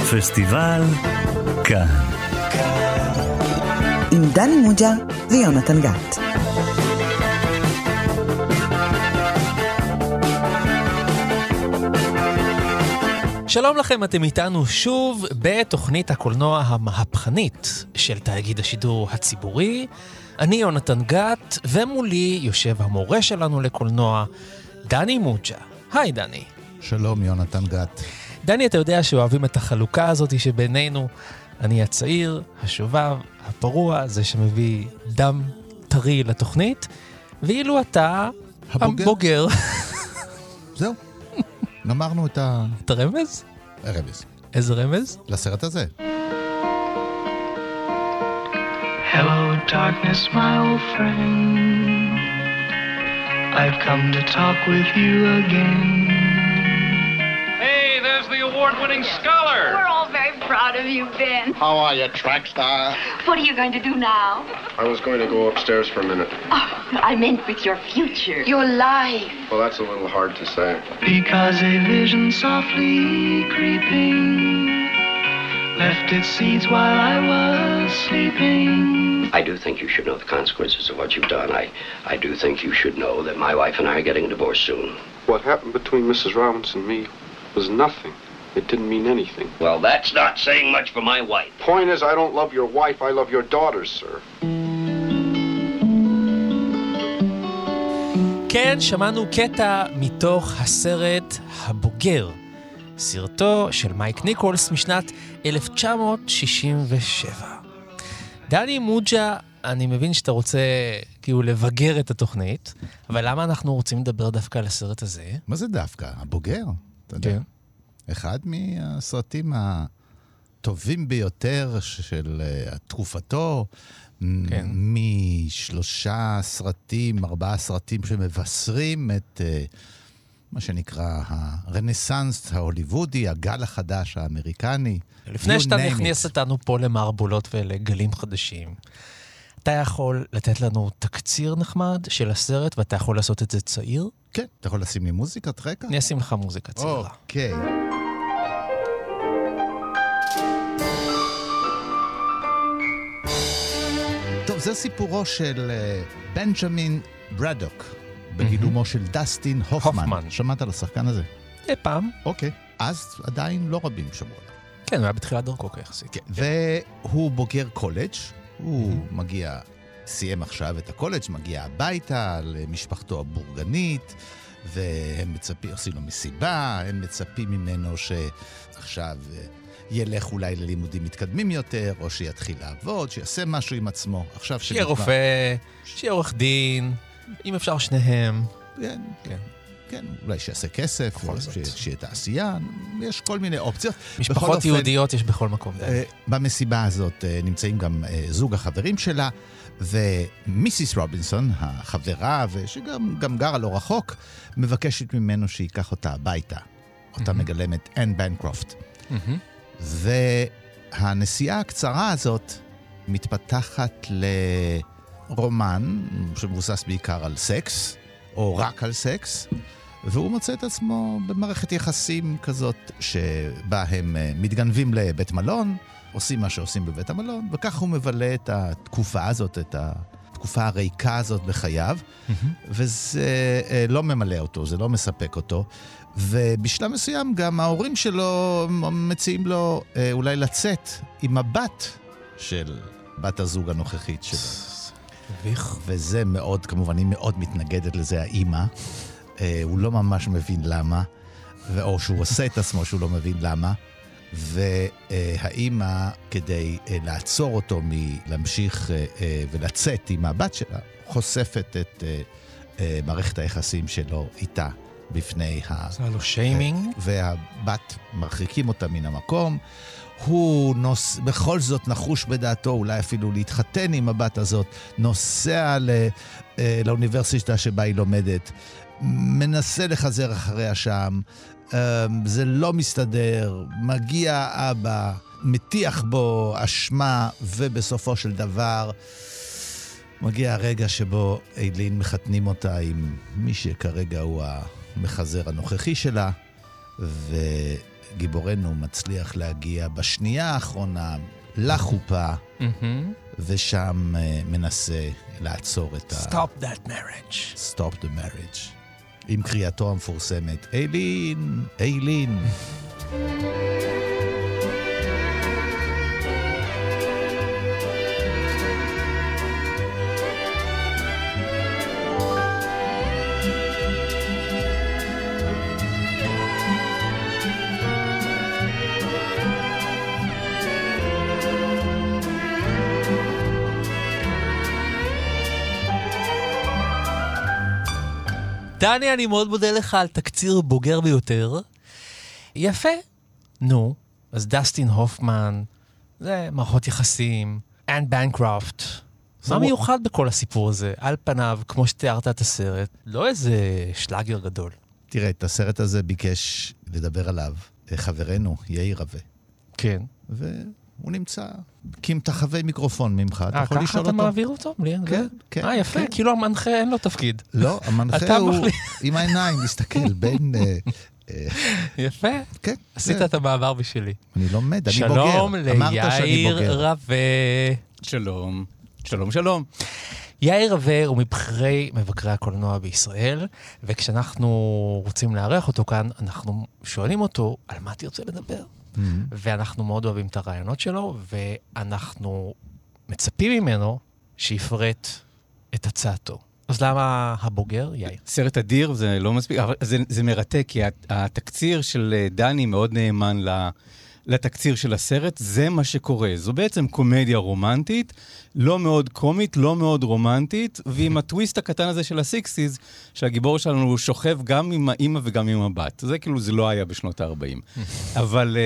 פסטיבל כאן. עם דני מוג'ה ויונתן גת. שלום לכם, אתם איתנו שוב בתוכנית הקולנוע המהפכנית של תאגיד השידור הציבורי. אני יונתן גת, ומולי יושב המורה שלנו לקולנוע, דני מוג'ה. היי דני. שלום יונתן גת. דני, אתה יודע שאוהבים את החלוקה הזאת שבינינו. אני הצעיר, השובב, הפרוע, זה שמביא דם טרי לתוכנית, ואילו אתה הבוגר. זהו. גמרנו את הרמז? הרמז. איזה רמז? לסרט הזה. Hello darkness my old friend, I've come to talk with you again. Hey, there's the award-winning scholar. We're all very proud of you, Ben. How are you, track star? What are you going to do now? I was going to go upstairs for a minute. Oh, I meant with your future. Your life. Well, that's a little hard to say. Because a vision softly creeping left its seeds while I was sleeping. I do think you should know the consequences of what you've done. I do think you should know that my wife and I are getting a divorce soon. What happened between Mrs. Robinson and me was nothing. It didn't mean anything. Well, that's not saying much for my wife. Point is, I don't love your wife, I love your daughters, sir. כן, שמענו קטע מתוך הסרט הבוגר, סרטו של מייק ניקולס משנת 1967. דני מוג'ה, אני מבין שאתה רוצה כאילו לבגר את התוכנית, אבל למה אנחנו רוצים לדבר דווקא על הסרט הזה? מה זה דווקא? הבוגר? אתה יודע? אחד מהסרטים הטובים ביותר של תקופתו, משלושה סרטים, 4 סרטים שמבשרים את מה שנקרא הרנסנס ההוליוודי, הגל החדש האמריקני. לפני שאתה נכנס אותנו פה למערבולות ולגלים חדשים, אתה יכול לתת לנו תקציר נחמד של הסרט, ואתה יכול לעשות את זה צעיר? כן, אתה יכול לשים לי מוזיקת רקע? אני אשים לך מוזיקה צעירה. אוקיי. טוב, זה סיפורו של בנג'מין ברדוק, בגילומו של דסטין הופמן. שמעת על השחקן הזה? פעם. אוקיי. אז עדיין לא רבים שמעו עליו. כן, הוא היה בתחילת דרכו כיחסית. כן. והוא בוגר קולג', הוא מגיע, סיים עכשיו את הקולג', מגיע הביתה למשפחתו הבורגנית, והם מצפים, עושים לו מסיבה, הם מצפים ממנו שעכשיו ילך אולי ללימודים מתקדמים יותר, או שיתחיל לעבוד, שיעשה משהו עם עצמו. עכשיו שיהיה רופא, שיהיה עורך דין, אם אפשר שניהם. כן, כן. כן, אולי שיעשה כסף, שיהיה תעשיין, יש כל מיני אופציות. משפחות יהודיות יש בכל מקום. במסיבה הזאת נמצאים גם זוג החברים שלה, ומיסיס רובינסון, החברה, ושגם גרה לא רחוק, מבקשת ממנו שיקח אותה הביתה. אותה מגלמת אן בנקרופט. והנסיעה הקצרה הזאת מתפתחת לרומן שמבוסס בעיקר על סקס, או רק על סקס, והוא מוצא את עצמו במערכת יחסים כזאת שבה הם מתגנבים לבית מלון, עושים מה שעושים בבית המלון, וכך הוא מבלה את התקופה הזאת, את התקופה הריקה הזאת בחייו, וזה לא ממלא אותו, זה לא מספק אותו, ובשלב מסוים גם ההורים שלו מציעים לו אולי לצאת עם הבת של בת הזוג הנוכחית שלו. וזה מאוד, כמובן, היא מאוד מתנגדת לזה, האמא. הוא לא ממש מבין למה, או שהוא עושה את עצמו שהוא לא מבין למה, והאמא, כדי לעצור אותו מלהמשיך ולצאת עם הבת שלה, חושפת את מערכת היחסים שלו איתה בפני זה לו שיימינג. והבת מרחיקים אותה מן המקום. הוא בכל זאת נחוש בדעתו, אולי אפילו להתחתן עם הבת הזאת, נוסע לאוניברסיטה שבה היא לומדת, מנסה לחזר אחריה שם, זה לא מסתדר, מגיע אבא, מטיח בו אשמה, ובסופו של דבר מגיע הרגע שבו אילין מחתנים אותה עם מי שכרגע הוא המחזר הנוכחי שלה, וגיבורנו מצליח להגיע בשנייה האחרונה לחופה, ושם מנסה לעצור את Stop that marriage. Stop the marriage. עם קריאתו המפורסמת, איילין, איילין. דני, אני מאוד מודה לך על תקציר בוגר ביותר. יפה. נו, אז דסטין הופמן, זה מערכות יחסים, אנד בנקרופט. מה מיוחד בכל הסיפור הזה? על פניו, כמו שתיארת את הסרט, לא איזה שלאגר גדול. תראה, את הסרט הזה ביקש לדבר עליו חברנו, יאיר רווה. כן. והוא נמצא כמתחווי מיקרופון ממך. אתה יכול לשאול אותו? ככה אתה מעביר אותו? כן, כן. יפה, כאילו המנחה אין לו תפקיד. לא, המנחה הוא עם העיניים, מסתכל בין... יפה. כן. עשית את המעבר בשבילי. אני לומד, אני בוגר. שלום ליאיר רווה. שלום. שלום, שלום. יאיר רווה הוא מבכירי מבקרי הקולנוע בישראל, וכשאנחנו רוצים לארח אותו כאן, אנחנו שואלים אותו על מה תרצה לדבר. ואנחנו מאוד אוהבים את הרעיונות שלו, ואנחנו מצפים ממנו שיפרט את הצעתו. אז למה הבוגר, יאיר? סרט אדיר, זה לא מספיק, אבל זה מרתק, כי התקציר של דני מאוד נאמן לתקציר של הסרט, זה מה שקורה. זו בעצם קומדיה רומנטית, לא מאוד קומית, לא מאוד רומנטית, ועם הטוויסט הקטן הזה של ה-60s, שהגיבור שלנו שוכב גם עם האמא וגם עם הבת. זה כאילו, זה לא היה בשנות ה-40. אבל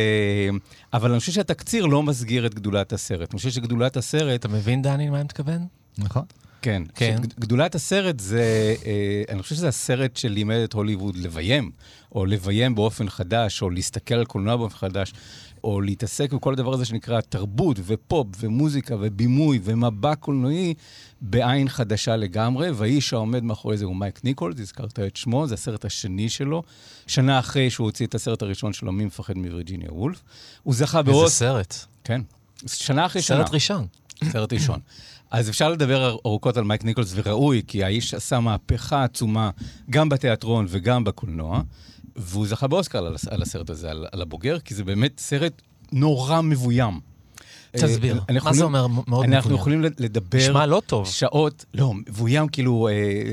אני חושב שהתקציר לא מסגיר את גדולת הסרט. אני חושב שגדולת הסרט... אתה מבין, דני, מה אני מתכוון? נכון. כן. גדולת הסרט זה, אני חושב שזה הסרט שלימד את הוליווד לביים, או לביים באופן חדש, או להסתכל על קולנוע באופן חדש, או להתעסק בכל הדבר הזה שנקרא תרבות ופופ ומוזיקה ובימוי ומבע קולנועי בעין חדשה לגמרי, והאיש העומד מאחורי זה הוא מייק ניקולס, הזכרת את שמו, זה הסרט השני שלו, שנה אחרי שהוא הוציא את הסרט הראשון שלו, מי מפחד מווירג'יניה וולף. הוא זכה באוסקר. איזה סרט? כן. שנה אחרי שנה. סרט ראשון. סרט ראשון. אז אפשר לדבר ארוכות על מייק ניקולס, וראוי, כי האיש עשה מהפכה עצומה, גם בתיאטרון וגם בקולנוע, והוא זכה באוסקר על הסרט הזה, על הבוגר, כי זה באמת סרט נורא מבוים. תסביר, מה זה אומר מאוד מבוים? אנחנו יכולים לדבר... נשמע לא טוב. שעות, לא, מבוים כאילו,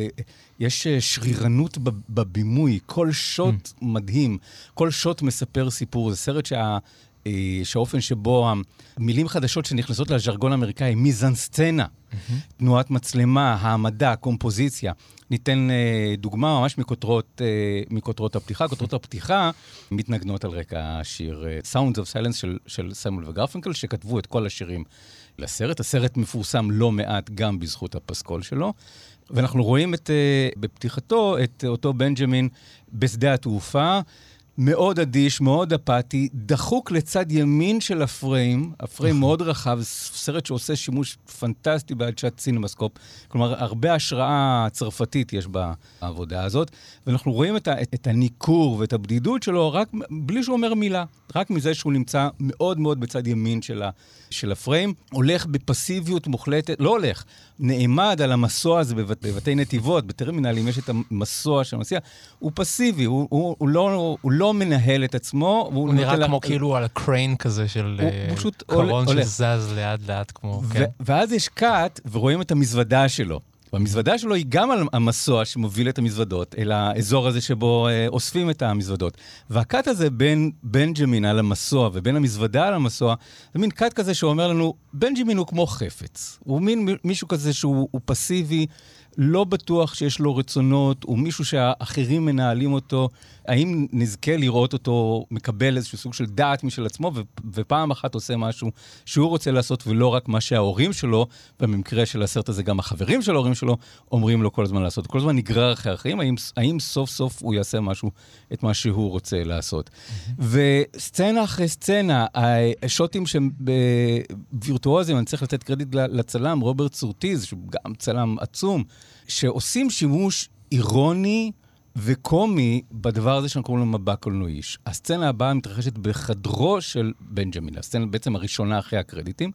יש שרירנות בבימוי, כל שוט מדהים, כל שוט מספר סיפור, זה סרט שהאופן שבו המילים חדשות שנכנסות לז'רגון האמריקאי, מיזנסצנה, תנועת מצלמה, העמדה, קומפוזיציה. ניתן דוגמה ממש מכותרות הפתיחה. כותרות הפתיחה מתנגנות על רקע השיר Sounds of Silence של סמואל וגרפינקל, שכתבו את כל השירים לסרט. הסרט מפורסם לא מעט גם בזכות הפסקול שלו. ואנחנו רואים בפתיחתו את אותו בנג'מין בשדה התעופה, מאוד אדיש, מאוד אפתי, דחוק לצד ימין של הפריים מאוד רחב, סרט שעושה שימוש פנטסטי בעדשת סינמסקופ, כלומר, הרבה השראה צרפתית יש בעבודה הזאת, ואנחנו רואים את הניקור ואת הבדידות שלו רק בלי שהוא אומר מילה, רק מזה שהוא נמצא מאוד מאוד בצד ימין של הפריים, הולך בפסיביות מוחלטת, לא הולך, נעמד על המסוע הזה בבתי נתיבות, בטרמינלים יש את המסוע שמסיע, הוא פסיבי, הוא לא מנהל את עצמו. הוא נראה כמו כאילו על הקריין כזה של קרון שזז לאט כמו... ואז יש קאט ורואים את המזוודה שלו. והמזוודה שלו היא גם על המסוע שמוביל את המזוודות, אל האזור הזה שבו אוספים את המזוודות. והקאט הזה בין בנג'מין על המסוע ובין המזוודה על המסוע, זה מין קאט כזה שאומר לנו, בנג'מין הוא כמו חפץ. הוא מין מישהו כזה שהוא פסיבי, לא בטוח שיש לו רצונות, הוא מישהו שהאחרים מנהלים אותו, האם נזכה לראות אותו מקבל איזשהו סוג של דעת משל עצמו, ופעם אחת עושה משהו שהוא רוצה לעשות, ולא רק מה שההורים שלו, במקרה של הסרט הזה גם החברים של ההורים שלו, אומרים לו כל הזמן לעשות. כל הזמן נגרר אחרי האחרים, האם סוף סוף הוא יעשה משהו, את מה שהוא רוצה לעשות. וסצנה אחרי סצנה, השוטים שהם וירטואוזים, אני צריך לתת קרדיט לצלם, רוברט סורטיז, שהוא גם צלם עצום, שעושים שימוש אירוני, וקומי בדבר הזה שאנחנו קוראים לו מבע קולנועי. הסצנה הבאה מתרחשת בחדרו של בנג'מין, הסצנה בעצם הראשונה אחרי הקרדיטים,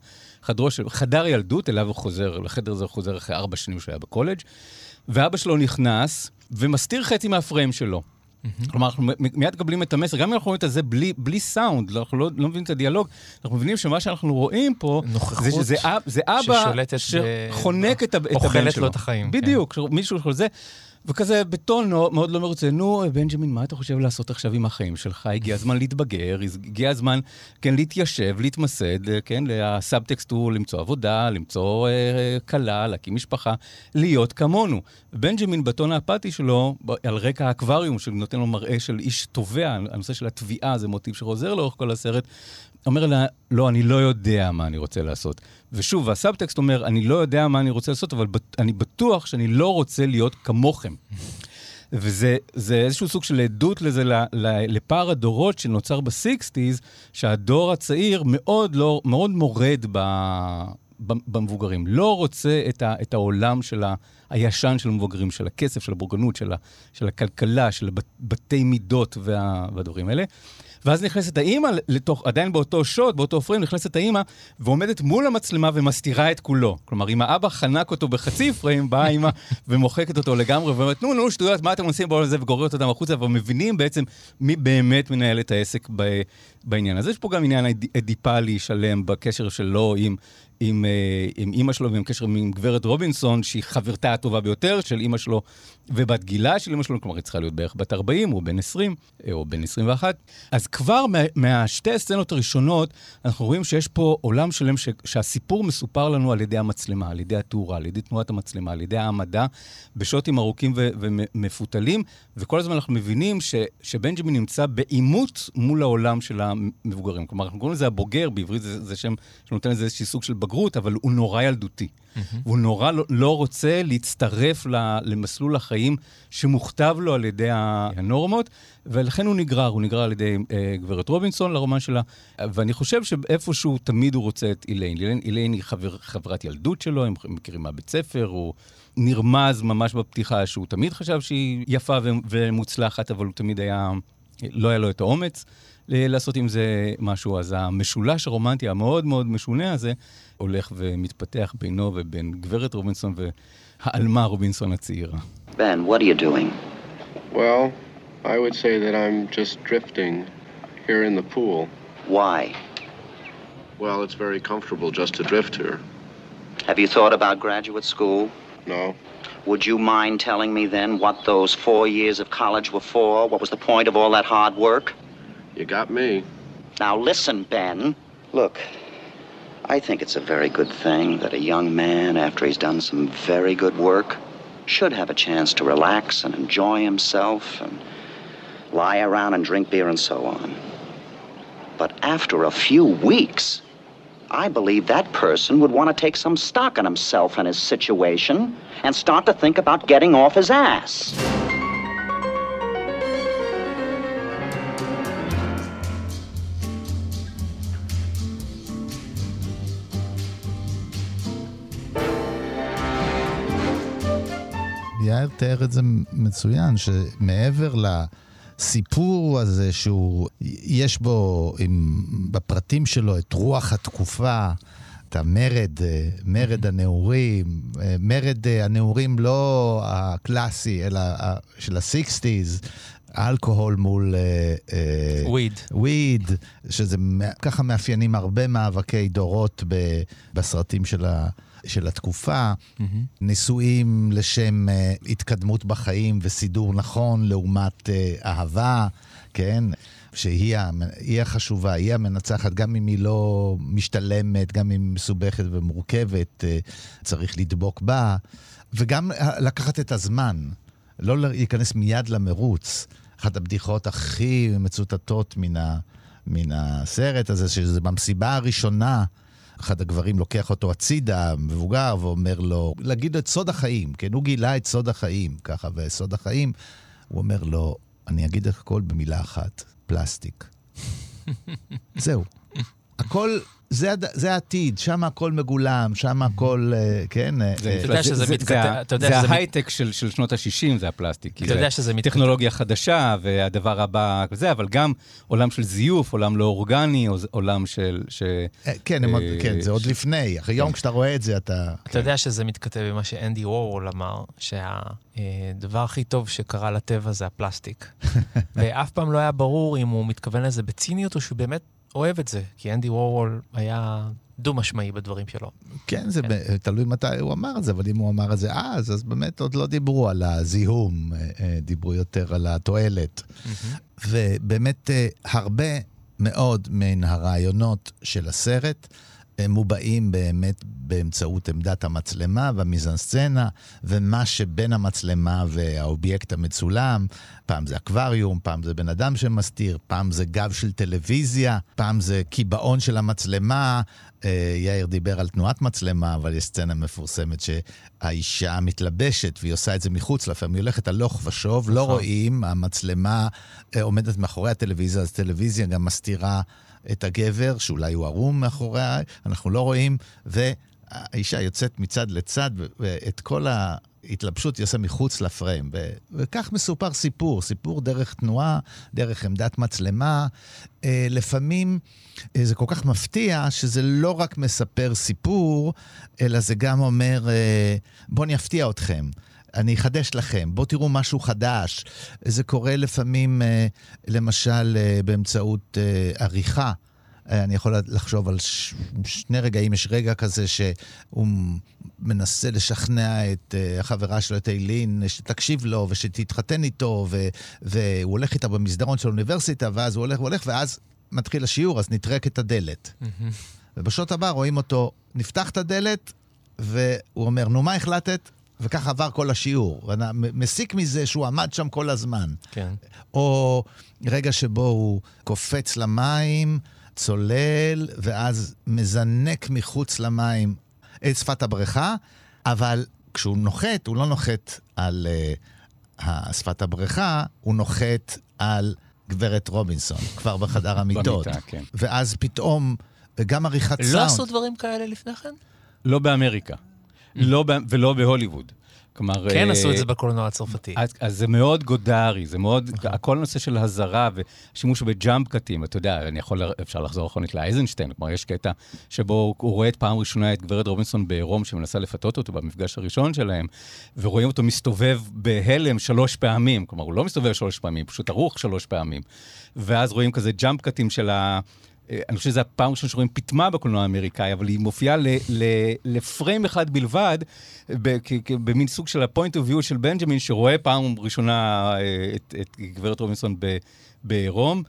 חדר ילדות, אליו הוא חוזר, לחדר הזה הוא חוזר אחרי 4 שנים שהוא היה בקולג', ואבא שלו נכנס ומסתיר חצי מהפריים שלו. כלומר, אנחנו מיד קבלים את המסר, גם אם אנחנו רואים את זה בלי סאונד, אנחנו לא מבינים את הדיאלוג, אנחנו מבינים שמה שאנחנו רואים פה, זה אבא שחונק את הבן שלו. אוכלת לו את החיים. בדיוק, מישהו יכול זה, וכזה בטון מאוד לא מרוצה, נו, בנג'מין, מה אתה חושב לעשות עכשיו עם החיים שלך? הגיע הזמן להתבגר, הגיע הזמן, כן, להתיישב, להתמסד, כן, הסאבטקסט הוא למצוא עבודה, למצוא קלה, להקים משפחה, להיות כמונו. בנג'מין בטון האפתי שלו, על רקע האקווריום, שנותן לו מראה של איש טובע, הנושא של התביעה, זה מוטיב שחוזר לאורך כל הסרט, אומר לה, לא, אני לא יודע מה אני רוצה לעשות. ושוב, הסאבטקסט אומר, אני לא יודע מה אני רוצה לעשות, אבל אני בטוח שאני לא רוצה להיות כמוכם. וזה איזשהו סוג של עדות לזה, לפער הדורות שנוצר ב-60s, שהדור הצעיר מאוד מורד במבוגרים. לא רוצה את העולם של הישן של המבוגרים, של הכסף, של הבורגנות, של הכלכלה, של בתי מידות והדברים האלה. ואז נכנסת האמא לתוך, עדיין באותו שוט, באותו פריים, נכנסת האמא ועומדת מול המצלמה ומסתירה את כולו. כלומר, אם האבא חנק אותו בחצי פריים, באה האמא ומוחקת אותו לגמרי, ואומרת, נו, שטויות, מה אתם עושים בעולם הזה, וגוררת אותם החוצה, ומבינים בעצם מי באמת מנהל את העסק בעניין. אז יש פה גם עניין אדיפלי שלם בקשר שלו עם אמא שלו, ועם קשר עם גברת רובינסון, שהיא חברתה הטובה ביותר של אמא שלו, ובת גילה של אמא שלו, כלומר, היא צריכה להיות בערך בת 40, או בן 20, או בן 21. אז כבר מהשתי הסצנות הראשונות, אנחנו רואים שיש פה עולם שלם שהסיפור מסופר לנו על ידי המצלמה, על ידי התאורה, על ידי תנועת המצלמה, על ידי העמדה, בשוטים ארוכים ומפותלים, וכל הזמן אנחנו מבינים שבנג'מין נמצא בעימות מול העולם של המבוגרים. כלומר, אנחנו קוראים לזה הבוגר, בעברית זה שם שנותן לזה איזשהו סוג של בגרות, אבל הוא נורא ילדותי. והוא נורא לא רוצה להצטרף למסלול החיים שמוכתב לו על ידי הנורמות, ולכן הוא נגרר על ידי גברת רובינסון לרומן שלה, ואני חושב שאיפשהו תמיד הוא רוצה את איליין. איליין היא חברת ילדות שלו, הם מכירים מהבית ספר, הוא נרמז ממש בפתיחה שהוא תמיד חשב שהיא יפה ומוצלחת, אבל הוא תמיד לא היה לו את האומץ לעשות עם זה משהו. אז המשולש הרומנטי המאוד מאוד משונה הזה, הולך ומתפתח בינו ובין גברת רובינסון והאלמה רובינסון הצעירה. Ben, what are you doing? Well, I would say that I'm just drifting here in the pool. Why? Well, it's very comfortable just to drift here. Have you thought about graduate school? No. Would you mind telling me then what those 4 years of college were for? What was the point of all that hard work? You got me. Now listen, Ben. Look, I think it's a very good thing that a young man, after he's done some very good work, should have a chance to relax and enjoy himself and lie around and drink beer and so on. But after a few weeks, I believe that person would want to take some stock in himself and his situation and start to think about getting off his ass. יאיר תיאר את זה מצוין, שמעבר לסיפור הזה שהוא, יש בו בפרטים שלו את רוח התקופה, את מרד הנעורים, מרד הנעורים לא הקלאסי, אלא של ה-60s, אלכוהול מול וויד, שזה ככה מאפיינים הרבה מאבקי דורות בסרטים של התקופה, ניסויים לשם התקדמות בחיים וסידור נכון לעומת אהבה, כן? שהיא החשובה, היא המנצחת, גם אם היא לא משתלמת, גם אם היא מסובכת ומורכבת, צריך לדבוק בה, וגם לקחת את הזמן, לא להיכנס מיד למרוץ. אחת הבדיחות הכי מצוטטות מן הסרט הזה, שזה במסיבה הראשונה, אחד הגברים לוקח אותו הצידה, מבוגר, ואומר לו, להגיד את סוד החיים, כן? הוא גילה את סוד החיים, ככה, וסוד החיים, הוא אומר לו, אני אגיד את הכל במילה אחת, פלסטיק. זהו. הכל זה העתיד, שם הכל מגולם, שם הכל, כן. זה ההייטק של שנות ה-60, זה הפלסטיק. אתה יודע שזה מתקדם. טכנולוגיה חדשה, והדבר הבא זה, אבל גם עולם של זיוף, עולם לא אורגני, עולם של... כן, זה עוד לפני. היום כשאתה רואה את זה, אתה... אתה יודע שזה מתכתב במה שאנדי וורהול אמר, שהדבר הכי טוב שקרה לטבע זה הפלסטיק. ואף פעם לא היה ברור אם הוא מתכוון לזה בציניות, או שהוא באמת אוהב את זה, כי אנדי וורהול היה דו-משמעי בדברים שלו. כן, זה תלוי מתי הוא אמר את זה, אבל אם הוא אמר את זה אז באמת עוד לא דיברו על הזיהום, דיברו יותר על התועלת. ובאמת הרבה מאוד מן הרעיונות של הסרט מובעים באמת באמצעות עמדת המצלמה והמיזנסצנה, ומה שבין המצלמה והאובייקט המצולם, פעם זה אקווריום, פעם זה בן אדם שמסתיר, פעם זה גב של טלוויזיה, פעם זה קיבעון של המצלמה. יאיר דיבר על תנועת מצלמה, אבל יש סצנה מפורסמת שהאישה מתלבשת, והיא עושה את זה מחוץ לפעמים, היא הולכת הלוך ושוב, לא רואים, המצלמה עומדת מאחורי הטלוויזיה, אז הטלוויזיה גם מסתירה את הגבר, שאולי הוא ערום מאחוריה, אנחנו לא רואים, והאישה יוצאת מצד לצד, ואת כל ההתלבשות היא עושה מחוץ לפריים, וכך מסופר סיפור דרך תנועה, דרך עמדת מצלמה. לפעמים זה כל כך מפתיע, שזה לא רק מספר סיפור, אלא זה גם אומר, בוא נפתיע אתכם. אני אחדש לכם, בואו תראו משהו חדש. זה קורה לפעמים, למשל, באמצעות עריכה. אני יכול לחשוב על שני רגעים, יש רגע כזה שהוא מנסה לשכנע את החברה שלו, את אילין, שתקשיב לו ושתתחתן איתו, והוא הולך איתה במסדרון של האוניברסיטה, ואז הוא הולך, ואז מתחיל השיעור, אז נטרק את הדלת. ובשעות הבא רואים אותו, נפתח את הדלת, והוא אומר, נו, מה החלטת? וכך עבר כל השיעור. מסיק מזה שהוא עמד שם כל הזמן. כן. או רגע שבו הוא קופץ למים, צולל, ואז מזנק מחוץ למים את שפת הבריכה, אבל כשהוא נוחת, הוא לא נוחת על שפת הבריכה, הוא נוחת על גברת רובינסון, כבר בחדר המיטות. במיטה, כן. ואז פתאום, גם עריכת סאונד. לא עשו דברים כאלה לפני כן? לא באמריקה. ולא בהוליווד. כלומר, כן, עשו את זה בקולנוע הצרפתי. אז זה מאוד גודרי, זה מאוד, הכל נושא של הזרה ושימוש בג'אמפ קטים, אתה יודע, אפשר לחזור אחרונית לאייזנשטיין, כלומר, יש קטע שבו הוא רואה את פעם ראשונה את גברת רובינסון בעירום, שמנסה לפתות אותו במפגש הראשון שלהם, ורואים אותו מסתובב בהלם 3 פעמים, כלומר, הוא לא מסתובב 3 פעמים, פשוט ערוך 3 פעמים, ואז רואים כזה ג'אמפ קטים של אני חושב שזה הפעם ראשונה שרואים פתמה בקולנוע האמריקאי, אבל היא מופיעה לפריים אחד בלבד, במין סוג של הפוינט אוף ויו של בנג'מין, שרואה פעם ראשונה את גברת רובינסון בעירום,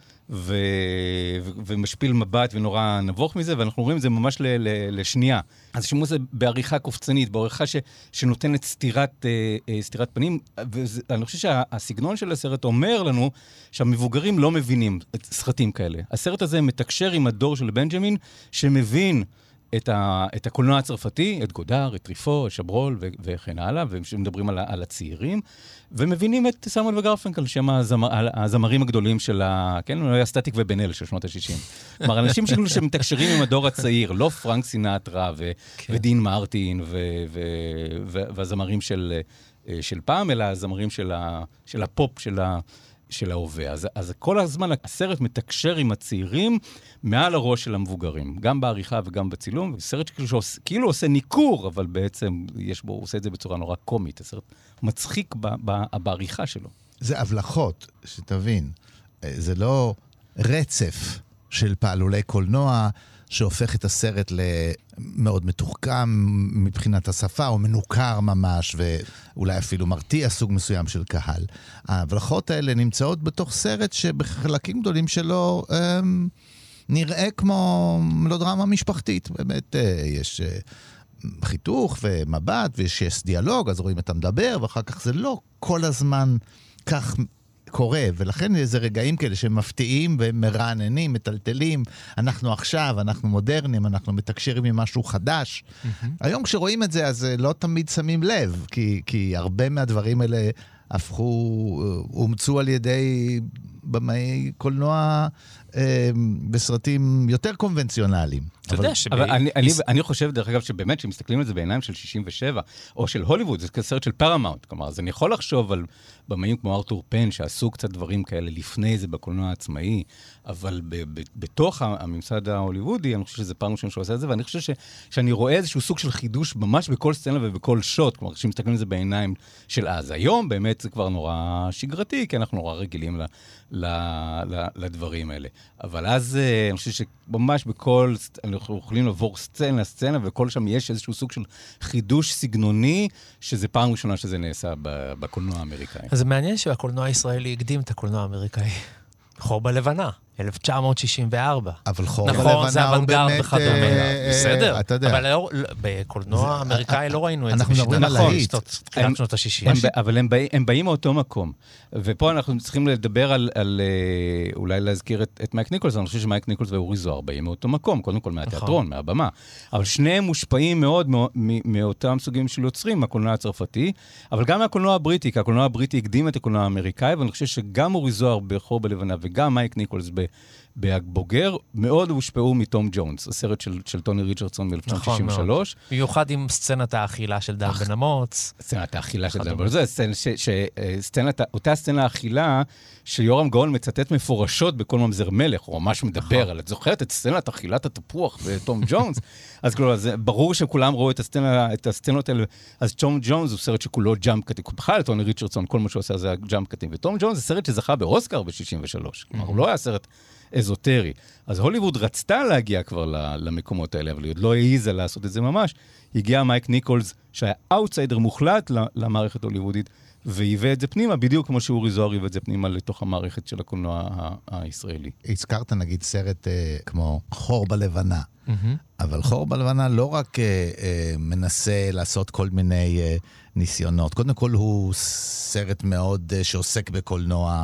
ומשפיל מבט ונורא נבוך מזה, ואנחנו רואים את זה ממש לשנייה. אז שימו זה בעריכה קופצנית, בעריכה שנותנת סתירת פנים, ואני חושב שהסגנון של הסרט אומר לנו שהמבוגרים לא מבינים סרטים כאלה. הסרט הזה מתקשר עם הדור של בנג'מין, שמבין את הקולנוע הצרפתי, את גודר, את טריפו, את שברול וכן הלאה, ומדברים על הצעירים, ומבינים את סיימון וגרפנקל, שהם הזמרים הגדולים של כן, הוא היה סטטיק ובן אל של שנות ה-60. כלומר, אנשים שמתקשרים עם הדור הצעיר, לא פרנק סינטרה ודין מרטין והזמרים של פעם, אלא הזמרים של הפופ של ההווה. אז כל הזמן הסרט מתקשר עם הצעירים מעל הראש של המבוגרים, גם בעריכה וגם בצילום. סרט כאילו עושה ניקור, אבל בעצם הוא עושה את זה בצורה נורא קומית. הסרט מצחיק בעריכה שלו. זה הבלחות, שתבין. זה לא רצף של פעלולי קולנוע שהופך את הסרט למאוד מתוחכם מבחינת השפה, או מנוכר ממש, ואולי אפילו מרתיע סוג מסוים של קהל. ההבלחות האלה נמצאות בתוך סרט שבחלקים גדולים שלו נראה כמו מלודרמה משפחתית. באמת יש חיתוך ומבט, ויש דיאלוג, אז רואים את המדבר, ואחר כך זה לא כל הזמן כך קורה, ולכן איזה רגעים כאלה שמפתיעים ומרעננים, מטלטלים, אנחנו עכשיו, אנחנו מודרנים, אנחנו מתקשרים עם משהו חדש. היום כשרואים את זה, אז לא תמיד שמים לב, כי הרבה מהדברים האלה אומצו על ידי במאי קולנוע בסרטים יותר קונבנציונליים. אתה יודע אני חושב, דרך אגב, שבאמת, שמסתכלים על זה בעיניים של 67, או של הוליווד, זה כסרט של פרמאונט. כלומר, אז אני יכול לחשוב על במאים כמו ארתור פן, שעשו קצת דברים כאלה לפני זה בקולנוע העצמאי, אבל בתוך הממסד ההוליוודי, אני חושב שזה פעם ראשונה שהוא עושה את זה, ואני חושב שאני רואה איזשהו סוג של חידוש ממש בכל סצנה ובכל שוט, כלומר, שמסתכלים על זה בעיניים של אז. היום באמת זה כבר נורא שגרתי, כי אנחנו נורא רגילים לדברים האלה. אבל אז אני חושב שממש בכל, אנחנו יכולים לעבור סצנה לסצנה, וכל שם יש איזשהו סוג של חידוש סגנוני, שזה פעם ראשונה שזה נעשה בקולנוע האמריקאי. אז זה מעניין שהקולנוע הישראלי הקדים את הקולנוע האמריקאי. חור בלבנה, 1964. אבל חור בלבנה נכון, זה אוונגרד וכדומה. בסדר, אתה יודע. אבל בקולנוע האמריקאי לא ראינו את זה. אנחנו מדברים על להיט. תחילת שנות ה-60. אבל הם באים מאותו מקום. ופה אנחנו צריכים לדבר על אולי להזכיר את מייק ניקולס, אני חושב שמייק ניקולס ואורי זוהר באים מאותו מקום, קודם כל מהתיאטרון, מהבמה. אבל שניהם מושפעים מאוד מאותם סוגים של יוצרים, מהקולנוע הצרפתי, אבל גם מהקולנוע הבריטי, כי הקולנוע הבריטי הקדים את הקולנוע האמריקאי, ואני חושב שגם אורי זוהר בחור בלבנה וגם מייק ניקולס בבוגר מאוד הושפעו מתום ג'ונס, הסרט של טוני ריצ'רדסון מ-1963. במיוחד עם סצנת האכילה של דן בן אמוץ. סצנת האכילה של דן בן אמוץ. אותה סצנה האכילה שיורם גאון מצטט מפורשות בכל ממזר מלך, הוא ממש מדבר על, את זוכרת את סצנת אכילת התפוח וטום ג'ונס? אז ברור שכולם ראו את הסצנות האלה. אז טום ג'ונס הוא סרט שכולו ג'אמפ קאטים. בכלל טוני ריצ'רדסון, כל מה שהוא עושה זה ג'אמפ קאטים. וטום ג'ונס זה סרט שזכה באוסקר ב-63. כלומר, הוא לא היה סרט אזוטרי. אז הוליווד רצתה להגיע כבר למקומות האלה, אבל היא עוד לא העיזה לעשות את זה ממש. הגיע מייק ניקולס, שהיה אאוטסיידר מוחלט למערכת ההוליוודית, והיווה את זה פנימה, בדיוק כמו שאורי זוהר היווה את זה פנימה לתוך המערכת של הקולנוע הישראלי. הזכרת נגיד סרט כמו חור בלבנה, אבל חור בלבנה לא רק מנסה לעשות כל מיני ניסיונות. קודם כל הוא סרט מאוד שעוסק בקולנוע,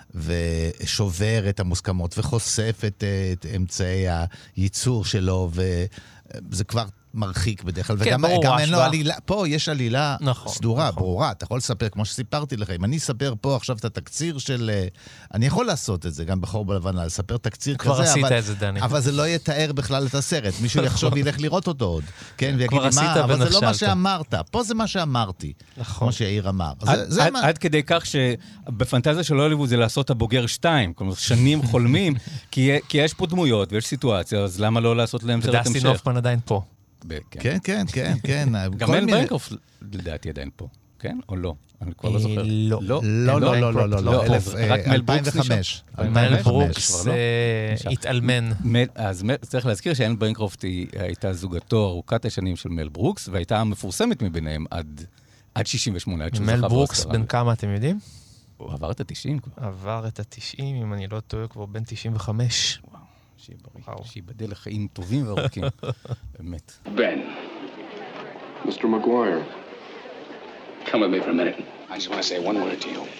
ושובר את המוסכמות, וחושף את אמצעי הייצור שלו, וזה כבר מרחיק בדרך כלל, וגם אין לו עלילה, פה יש עלילה סדורה, ברורה, אתה יכול לספר, כמו שסיפרתי לך, אם אני אספר פה עכשיו את התקציר של, אני יכול לעשות את זה, גם בחור בלבנה, לספר תקציר כזה, כבר עשית את זה, דני. אבל זה לא יתאר בכלל את הסרט, מישהו יחשוב ילך לראות אותו עוד, כן, ויגיד לי מה, אבל זה לא מה שאמרת, פה זה מה שאמרתי, כמו שיאיר אמר. עד כדי כך שבפנטזיה של הוליווד זה לעשות הבוגר 2, כלומר שנים חולמים, כי יש פה דמויות ויש סיטואציה, אז למה לא לעשות להם סרט המשך? ודסטין הופמן עדיין פה. כן, כן, כן, כן. גם אל בריינקרופט, לדעתי עדיין פה, כן? או לא? אני כבר לא זוכר. לא. לא, לא, לא, לא. רק מל ברוקס 2005. מל ברוקס התאלמן. אז צריך להזכיר שאל בריינקרופט הייתה זוגתו ארוכת השנים של מל ברוקס, והייתה המפורסמת מביניהם עד 68, עד שהוא זכה מל ברוקס בן כמה, אתם יודעים? הוא עבר את ה-90 כבר. עבר את ה-90, אם אני לא טועה, כבר בן 95. שיהיה בריא, שיבדל לחיים טובים וארוכים. באמת. Ben. Mr. McGuire. Come with me for a minute. I just want to say one word to you.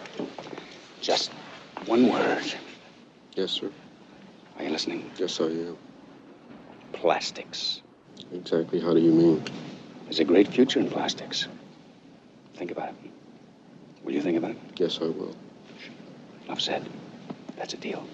Just one word. Yes, sir. Are you listening? Yes, I am. Plastics. Exactly how do you mean? There's a great future in plastics. Think about it. Will you think about it? Yes, I will. Enough said. That's a deal.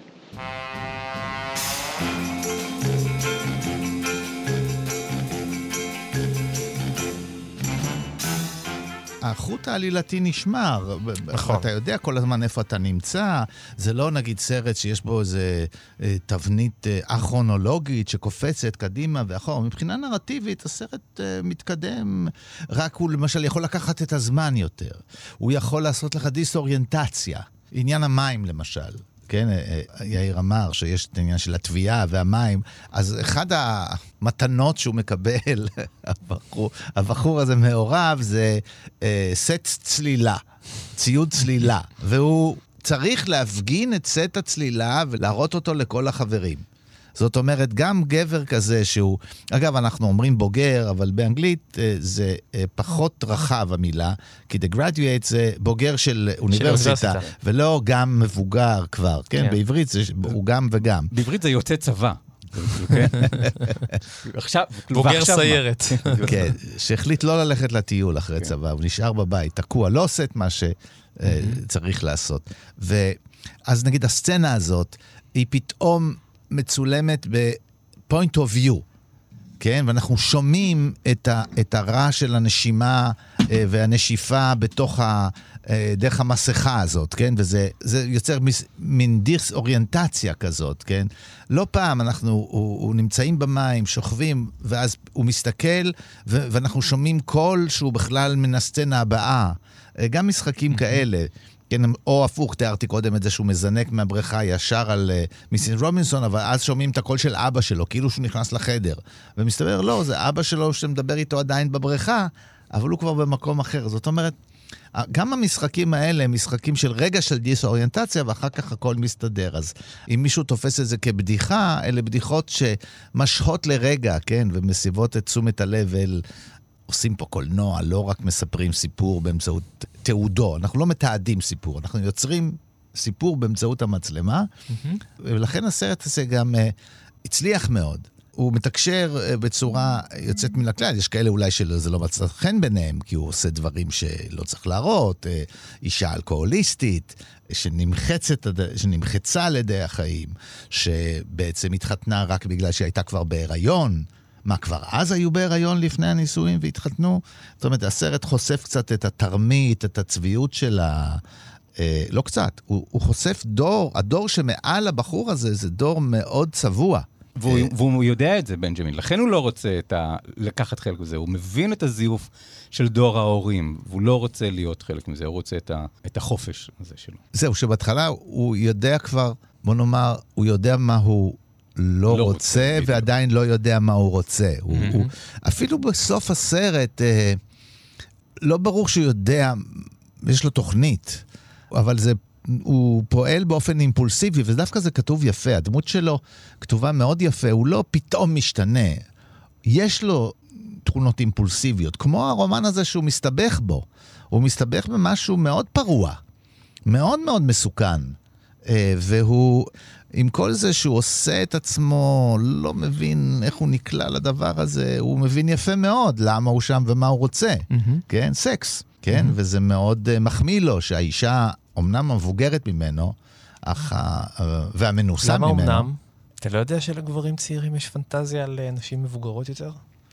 החוט העלילתי נשמר, אתה יודע כל הזמן איפה אתה נמצא, זה לא נגיד סרט שיש בו איזה תבנית אכרונולוגית שקופצת קדימה ואחור, מבחינה נרטיבית הסרט מתקדם, רק הוא למשל יכול לקחת את הזמן יותר, הוא יכול לעשות לך דיסאוריינטציה, עניין המים למשל. כן, יאיר אמר שיש את העניין של התביעה והמים, אז אחד המתנות שהוא מקבל, הבחור הזה מעורב, זה סט צלילה, ציוד צלילה, והוא צריך להפגין את סט הצלילה ולהראות אותו לכל החברים. זאת אומרת, גם גבר כזה שהוא, אגב, אנחנו אומרים בוגר, אבל באנגלית זה פחות רחב המילה, כי The Graduate זה בוגר של אוניברסיטה, ולא גם מבוגר כבר, כן? בעברית הוא גם וגם. בעברית זה יוצא צבא. בוגר סיירת. כן, שהחליט לא ללכת לטיול אחרי צבא, הוא נשאר בבית, תקוע, לא עושה את מה צריך לעשות. ואז נגיד הסצנה הזאת, היא פתאום מצולמת ב-point of view, כן? ואנחנו שומעים את הרעש של הנשימה והנשיפה בתוך דרך המסכה הזאת, כן? וזה יוצר מין דיסאוריינטציה כזאת, כן? לא פעם הוא נמצאים במים, שוכבים, ואז הוא מסתכל, ואנחנו שומעים קול שהוא בכלל מן הסצנה הבאה. גם משחקים כאלה. כן, או הפוך, תיארתי קודם את זה שהוא מזנק מהבריכה ישר על מיסיס רובינסון, אבל אז שומעים את הקול של אבא שלו, כאילו שהוא נכנס לחדר. ומסתבר, לא, זה אבא שלו שמדבר איתו עדיין בבריכה, אבל הוא כבר במקום אחר. זאת אומרת, גם המשחקים האלה הם משחקים של רגע של דיסאוריינטציה, ואחר כך הכל מסתדר. אז אם מישהו תופס את זה כבדיחה, אלה בדיחות שמשהות לרגע, כן, ומסיבות את תשומת הלב אל... עושים פה קולנוע, לא רק מספרים סיפור באמצעות תיעודו. אנחנו לא מתעדים סיפור, אנחנו יוצרים סיפור באמצעות המצלמה, ולכן הסרט הזה גם הצליח מאוד. הוא מתקשר בצורה יוצאת מן הכלל, יש כאלה אולי שזה לא מצא חן ביניהם, כי הוא עושה דברים שלא צריך להראות, אישה אלכוהוליסטית, שנמחצה על ידי החיים, שבעצם התחתנה רק בגלל שהיא הייתה כבר בהיריון, מה, כבר אז היו בהיריון לפני הנישואים והתחתנו? זאת אומרת, הסרט חושף קצת את התרמית, את הצביעות שלה, לא קצת, הוא חושף דור, הדור שמעל הבחור הזה, זה דור מאוד צבוע. והוא יודע את זה, בנג'מין, לכן הוא לא רוצה לקחת חלק מזה, הוא מבין את הזיוף של דור ההורים, והוא לא רוצה להיות חלק מזה, הוא רוצה את החופש הזה שלו. זהו, שבהתחלה הוא יודע כבר, בוא נאמר, הוא יודע מה הוא לא רוצה, ועדיין לא יודע מה הוא רוצה. אפילו בסוף הסרט, לא ברור שהוא יודע, יש לו תוכנית, אבל הוא פועל באופן אימפולסיבי, ודווקא זה כתוב יפה, הדמות שלו כתובה מאוד יפה, הוא לא פתאום משתנה, יש לו תכונות אימפולסיביות, כמו הרומן הזה שהוא מסתבך בו, הוא מסתבך במשהו מאוד פרוע, מאוד מאוד מסוכן, והוא... עם כל זה שהוא עושה את עצמו, לא מבין איך הוא נקלע לדבר הזה, הוא מבין יפה מאוד למה הוא שם ומה הוא רוצה, כן? סקס, כן? וזה מאוד מחמיא לו שהאישה אומנם המבוגרת ממנו, והמנוסה ממנו. למה אומנם? אתה לא יודע שלגברים צעירים יש פנטזיה על נשים מבוגרות יותר?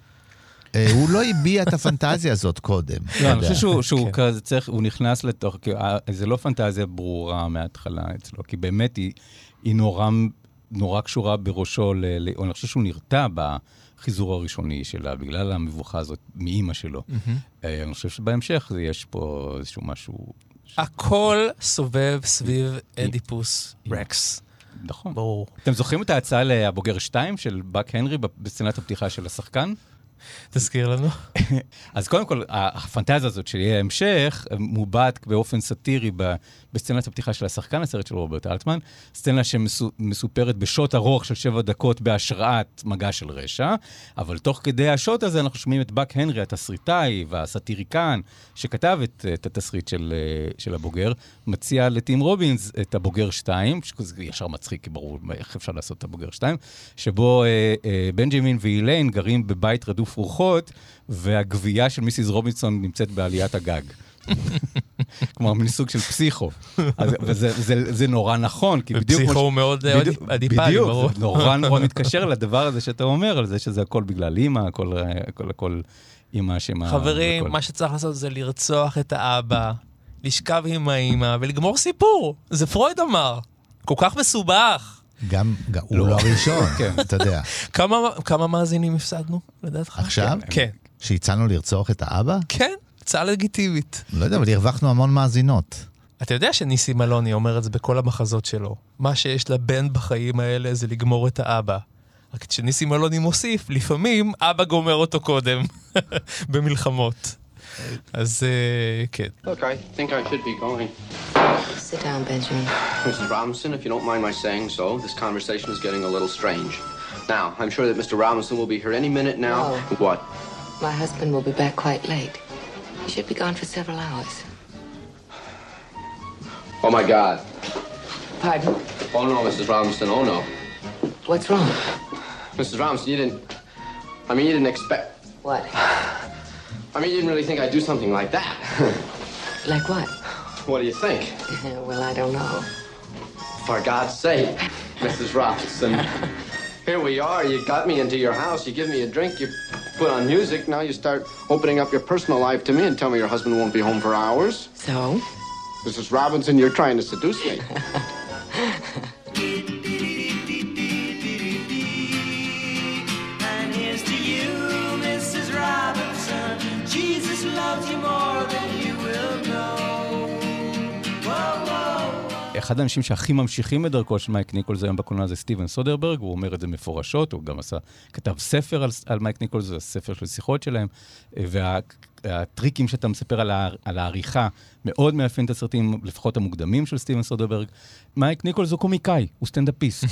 הוא לא הביע את הפנטזיה הזאת קודם. לא, אני חושב שהוא כזה צריך, הוא נכנס לתוך, זה לא פנטזיה ברורה מההתחלה אצלו, כי באמת היא נורא קשורה בראשו, אני חושב שהוא נרתע בחיזור הראשוני שלה, בגלל המבוכה הזאת מאמא שלו. אני חושב שבהמשך יש פה איזשהו משהו... הכל סובב סביב אדיפוס רקס. נכון. ברור. אתם זוכרים את ההצעה לבוגר 2 של בק הנרי בסצנת הפתיחה של השחקן? תזכיר לנו. אז קודם כל, הפנטזיה הזאת שיהיה המשך, מובעת באופן סטירי בסצנת הפתיחה של השחקן, הסרט של רוברט אלטמן, סצנה שמסופרת בשוט ארוך של 7 דקות בהשראת מגע של רשע, אבל תוך כדי השוט הזה אנחנו שומעים את בק הנרי, התסריטאי והסטיריקן, שכתב את התסריט של הבוגר, מציע לטים רובינס את הבוגר 2, שזה ישר מצחיק, כי ברור איך אפשר לעשות את הבוגר 2, שבו בנג'מין ואיליין גרים בבית רדוף רוחות, והגבייה של מיסיס רובינסון נמצאת בעליית הגג. כלומר, מין סוג של פסיכו. וזה נורא נכון, כי בדיוק... פסיכו הוא מאוד אדיפלי, ברור. בדיוק, נורא מתקשר לדבר הזה שאתה אומר, על זה שזה הכל בגלל אימא, הכל אימא שמה... חברים, מה שצריך לעשות זה לרצוח את האבא, לשכב עם האימא, ולגמור סיפור. זה פרויד אמר. כל כך מסובך. גם הוא לא הראשון, אתה יודע. כמה מאזינים הפסדנו, לדעתך? עכשיו? כן. שהצענו לרצוח את האבא? כן, הצעה לגיטימית. לא יודע, אבל הרווחנו המון מאזינות. אתה יודע שניסים אלוני אומר את זה בכל המחזות שלו. מה שיש לבן בחיים האלה זה לגמור את האבא. רק שניסים אלוני מוסיף, לפעמים אבא גומר אותו קודם, במלחמות. אז כן. Look, I think I should be going. Sit down, Benjamin. Mrs. Robinson, if you don't mind my saying so, this conversation is getting a little strange. Now, I'm sure that Mr. Robinson will be here any minute now. No. What? My husband will be back quite late. He should be gone for several hours. Oh, my God. Pardon? Oh, no, Mrs. Robinson, oh, no. What's wrong? Mrs. Robinson, you didn't expect... What? I mean, you didn't really think I'd do something like that. Like what? What do you think? Well, I don't know. For God's sake, Mrs. Robinson. Here we are. You got me into your house. You give me a drink. You put on music. Now you start opening up your personal life to me and tell me your husband won't be home for hours. So? Mrs. Robinson, you're trying to seduce me. And here's to you, Mrs. Robinson. Jesus loves you more than you will know. אחד האנשים שהכי ממשיכים בדרכו של מייק ניקולס היום בקולנוע זה סטיבן סודרברג, הוא אומר את זה מפורשות, הוא גם כתב ספר על מייק ניקולס, זה ספר של שיחות שלהם, והטריקים שאתה מספר על העריכה מאוד מאפיין את הסרטים, לפחות המוקדמים של סטיבן סודרברג. מייק ניקולס הוא קומיקאי, הוא סטנדאפיסט,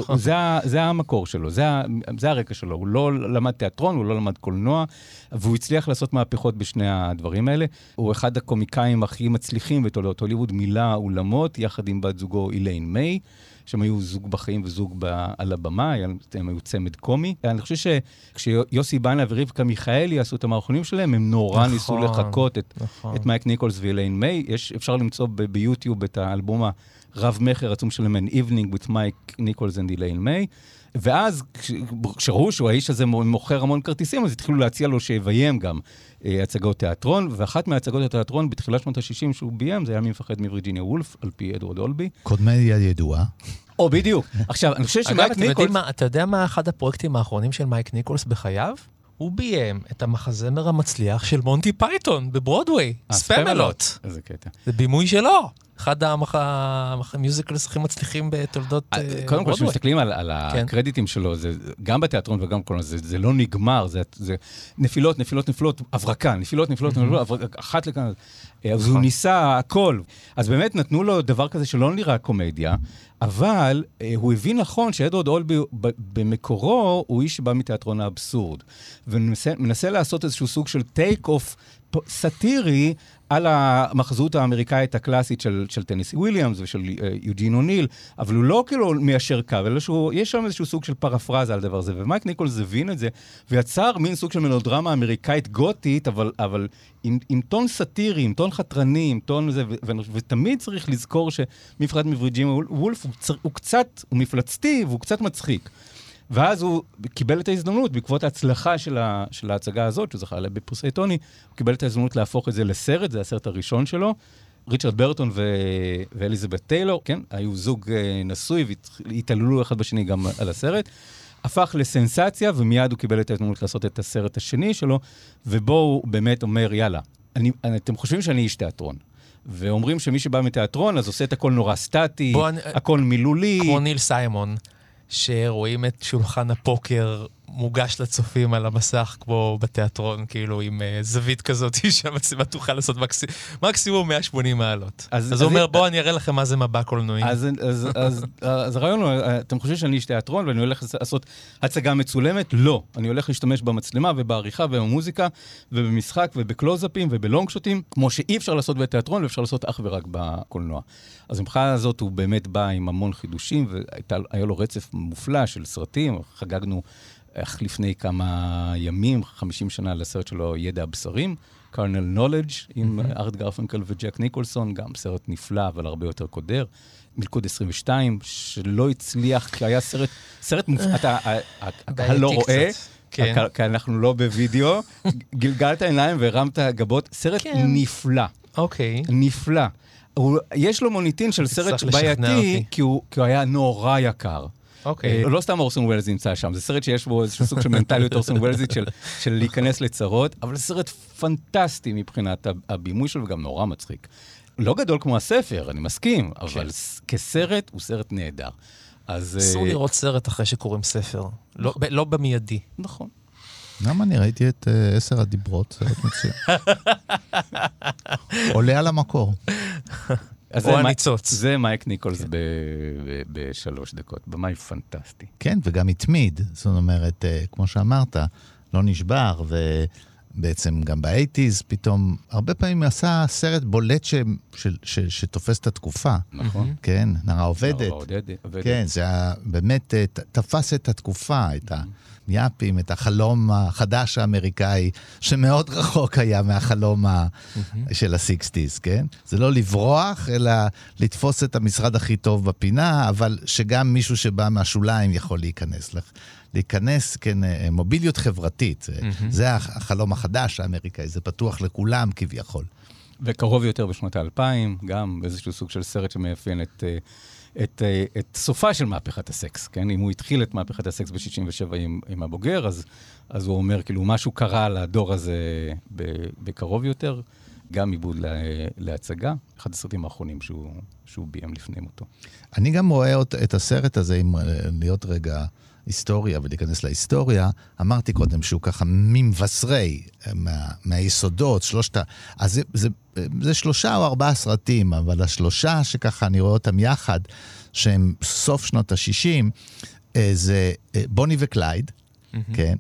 זה המקור שלו, זה הרקע שלו, הוא לא למד תיאטרון, הוא לא למד קולנוע, והוא הצליח לעשות מהפכות בשני הדברים האלה. הוא אחד הקומיקאים הכי מצליחים בתולדות הוליווד, מילא אולמות, יחד עם בת זוגו איליין מיי, שהם היו זוג בחיים וזוג על הבמה, הם היו צמד קומי. אני חושב שכשיוסי ביינלה ורבקה מיכאלי עשו את המערכונים שלהם, הם נורא ניסו לחכות את מייק ניקולס ואיליין מיי. אפשר למצוא ביוטיוב את האלבום הרב מחר עצום שלהם, An Evening with Mike Nichols and Elaine May. ואז כשראו שהוא האיש הזה מוכר המון כרטיסים, אז התחילו להציע לו שיביים גם הצגות תיאטרון, ואחת מהצגות התיאטרון בתחילת שנות ה-60 שהוא ביים, זה היה מי מפחד מווירג'יניה וולף, על פי אדוארד אולבי. קודמדיה ידועה. או בדיוק. עכשיו, אני חושב שמייק ניקולס... אתה יודע מה אחד הפרויקטים האחרונים של מייק ניקולס בחייו? הוא ביים את המחזמר המצליח של מונטי פייתון בברודווי, ספמלוט. איזה קטע. זה בימוי שלו. אחד המיוזיקלס הכי מצליחים בתולדות ברודווי. קודם כל, כשמסתכלים על הקרדיטים שלו, גם בתיאטרון וגם בקולנוע, זה לא נגמר, זה נפילות, הברקה, נפילות, אחת לכאן. אז הוא ניסה הכל. אז באמת נתנו לו דבר כזה שלא נראה קומדיה, אבל הוא הבין נכון שאדוארד אולבי במקורו הוא איש שבא מתיאטרון האבסורד, ומנסה לעשות איזשהו סוג של טייק אוף סאטירי על המחזות האמריקאית הקלאסית של טנסי וויליאמס ושל יוג'ין אוניל, אבל הוא לא כאילו מיישר קו, אלא שיש שם איזשהו סוג של פרפרזה על דבר זה, ומייק ניקולס הבין את זה, ויצר מין סוג של מלודרמה אמריקאית גותית, אבל עם טון סאטירי, עם טון חתרני, עם טון זה, ותמיד צריך לזכור שמפחד מווירג'יניה וולף הוא מפלצתי והוא קצת מצחיק. ואז הוא קיבל את ההזדמנות, בעקבות ההצלחה של ההצגה הזאת, שהוא זכה עליה בפרסי טוני, הוא קיבל את ההזדמנות להפוך את זה לסרט, זה הסרט הראשון שלו. ריצ'רד ברטון ואליזבת טיילור, כן, היו זוג נשוי, והתעללו אחד בשני גם על הסרט. הפך לסנסציה, ומיד הוא קיבל את ההזדמנות לעשות את הסרט השני שלו, ובו הוא באמת אומר, יאללה, אתם חושבים שאני איש תיאטרון. ואומרים שמי שבא מתיאטרון, אז עושה את הכל נורא סטטי, הכל מילולי. כמו ניל סיימון. שרואים את שולחן הפוקר מוגש לצופים על המסך, כמו בתיאטרון, כאילו עם זווית כזאת, שהמצלמה תוכל לעשות מקסימום 180 מעלות. אז הוא אומר, בואו אני אראה לכם מה זה מבע קולנועי. אז הרעיון הוא, אתם חושבים שאני איש תיאטרון, ואני הולך לעשות הצגה מצולמת? לא. אני הולך להשתמש במצלמה ובעריכה ובמוזיקה, ובמשחק ובקלוזאפים ובלונגשוטים, כמו שאי אפשר לעשות בתיאטרון, ואפשר לעשות אך ורק בקולנוע. אז מבחינה הזאת הוא באמת בא עם המון חידושים, והיה לו רצף מופלא של סרטים, חגגנו לפני כמה ימים, 50 שנה לסרט שלו ידע הבשרים, קרנל נולדג' עם ארט גרפנקל וג'ק ניקולסון, גם סרט נפלא, אבל הרבה יותר קודר. מלכוד 22, שלא הצליח, כי היה סרט הקהל לא רואה, כי אנחנו לא בווידאו, גלגלת העיניים והרמת גבות, סרט נפלא. אוקיי. נפלא. יש לו מוניטין של סרט בעייתי, כי הוא היה נורא יקר. אוקיי. לא סתם אורסון ווילס נמצא שם, זה סרט שיש בו איזשהו סוג של מנטליות אורסון ווילסית של להיכנס לצרות, אבל זה סרט פנטסטי מבחינת הבימוי שלו, וגם נורא מצחיק. לא גדול כמו הספר, אני מסכים, אבל כסרט הוא סרט נהדר. אסור לראות סרט אחרי שקוראים ספר, לא במיידי. נכון. למה אני ראיתי את 10 הדיברות, סרט מצוין. עולה על המקור. או הניצוץ. זה מייק ניקולס ב3 דקות, במאי פנטסטי. כן, וגם התמיד, זאת אומרת, כמו שאמרת, לא נשבר, בעצם גם ב-80s, פתאום, הרבה פעמים עשה סרט בולט שתופס את התקופה. נכון. כן, נערה עובדת. נערה עובדת. כן, זה היה באמת תפס את התקופה, את היאפים, את החלום החדש האמריקאי, שמאוד רחוק היה מהחלום של ה-60s, כן? זה לא לברוח, אלא לתפוס את המשרד הכי טוב בפינה, אבל שגם מישהו שבא מהשוליים יכול להיכנס, כן, מוביליות חברתית. זה החלום החדש האמריקאי, זה פתוח לכולם כביכול. וקרוב יותר בשנות ה-2000, גם באיזשהו סוג של סרט שמאפיין את סופה של מהפכת הסקס, כן? אם הוא התחיל את מהפכת הסקס ב-67 עם הבוגר, אז הוא אומר, כאילו, משהו קרה לדור הזה בקרוב יותר, גם עיבוד להצגה, אחד הסרטים האחרונים שהוא ביים לפני מותו. אני גם רואה את הסרט הזה, אם להיות רגע היסטוריה ולהיכנס להיסטוריה, אמרתי קודם שהוא ככה ממבשרי, מהיסודות, אז זה 3 או 4 סרטים, אבל השלושה שככה אני רואה אותם יחד, שהם סוף שנות ה-60, זה בוני וקלייד, כן?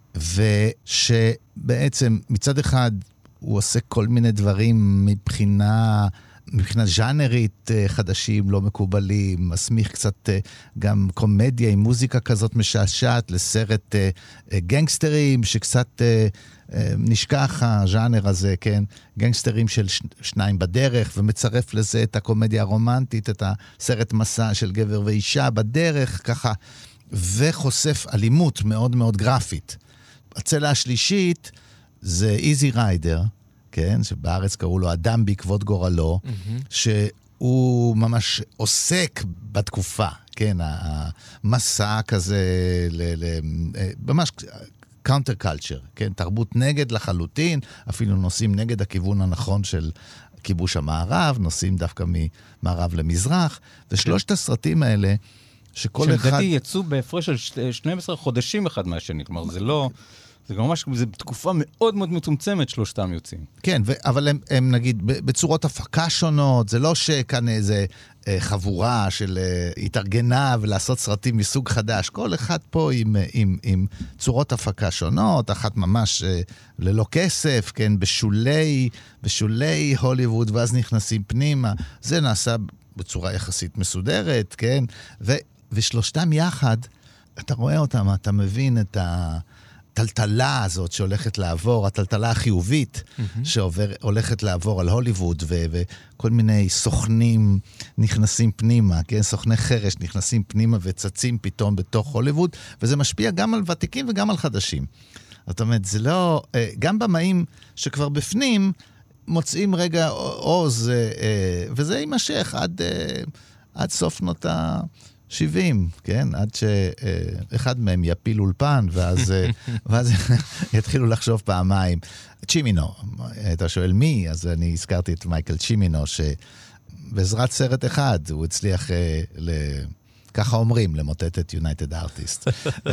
ושבעצם מצד אחד הוא עושה כל מיני דברים מבחינה ז'אנרית חדשים, לא מקובלים, מסמיך קצת גם קומדיה עם מוזיקה כזאת משעשעת לסרט גנגסטרים, שקצת נשכח הז'אנר הזה, כן? גנגסטרים של 2 בדרך, ומצרף לזה את הקומדיה הרומנטית, את הסרט מסע של גבר ואישה בדרך, ככה, וחושף אלימות מאוד מאוד גרפית. הצלע השלישית זה איזי ריידר, כן, שבארץ קראו לו אדם בעקבות גורלו, שהוא ממש עוסק בתקופה, כן, המסע כזה, ממש קאונטר קלצ'ר, כן, תרבות נגד לחלוטין, אפילו נוסעים נגד הכיוון הנכון של כיבוש המערב, נוסעים דווקא ממערב למזרח, ושלושת הסרטים האלה, שכל אחד... שלדעתי יצאו בהפרש של 12 חודשים אחד מהשני, כלומר זה לא... זה גם ממש, זה בתקופה מאוד מאוד מצומצמת, שלושתם יוצאים. כן, אבל הם נגיד בצורות הפקה שונות, זה לא שכאן איזה חבורה של התארגנה ולעשות סרטים מסוג חדש, כל אחד פה עם צורות הפקה שונות, אחת ממש ללא כסף, כן, בשולי הוליווד, ואז נכנסים פנימה, זה נעשה בצורה יחסית מסודרת, כן, ושלושתם יחד, אתה רואה אותם, אתה מבין את הטלטלה הזאת שהולכת לעבור, הטלטלה החיובית שהולכת לעבור על הוליווד, וכל מיני סוכנים נכנסים פנימה, כן? סוכני חרש נכנסים פנימה וצצים פתאום בתוך הוליווד, וזה משפיע גם על ותיקים וגם על חדשים. זאת אומרת, זה לא... גם במאים שכבר בפנים מוצאים רגע עוז, וזה יימשך עד סוף שנות ה-70, כן? עד שאחד מהם יפיל אולפן, ואז יתחילו לחשוב פעמיים. צ'ימינו, אתה שואל מי? אז אני הזכרתי את מייקל צ'ימינו, שבעזרת סרט אחד הוא הצליח ככה אומרים, למוטט את יונייטד ארטיסט.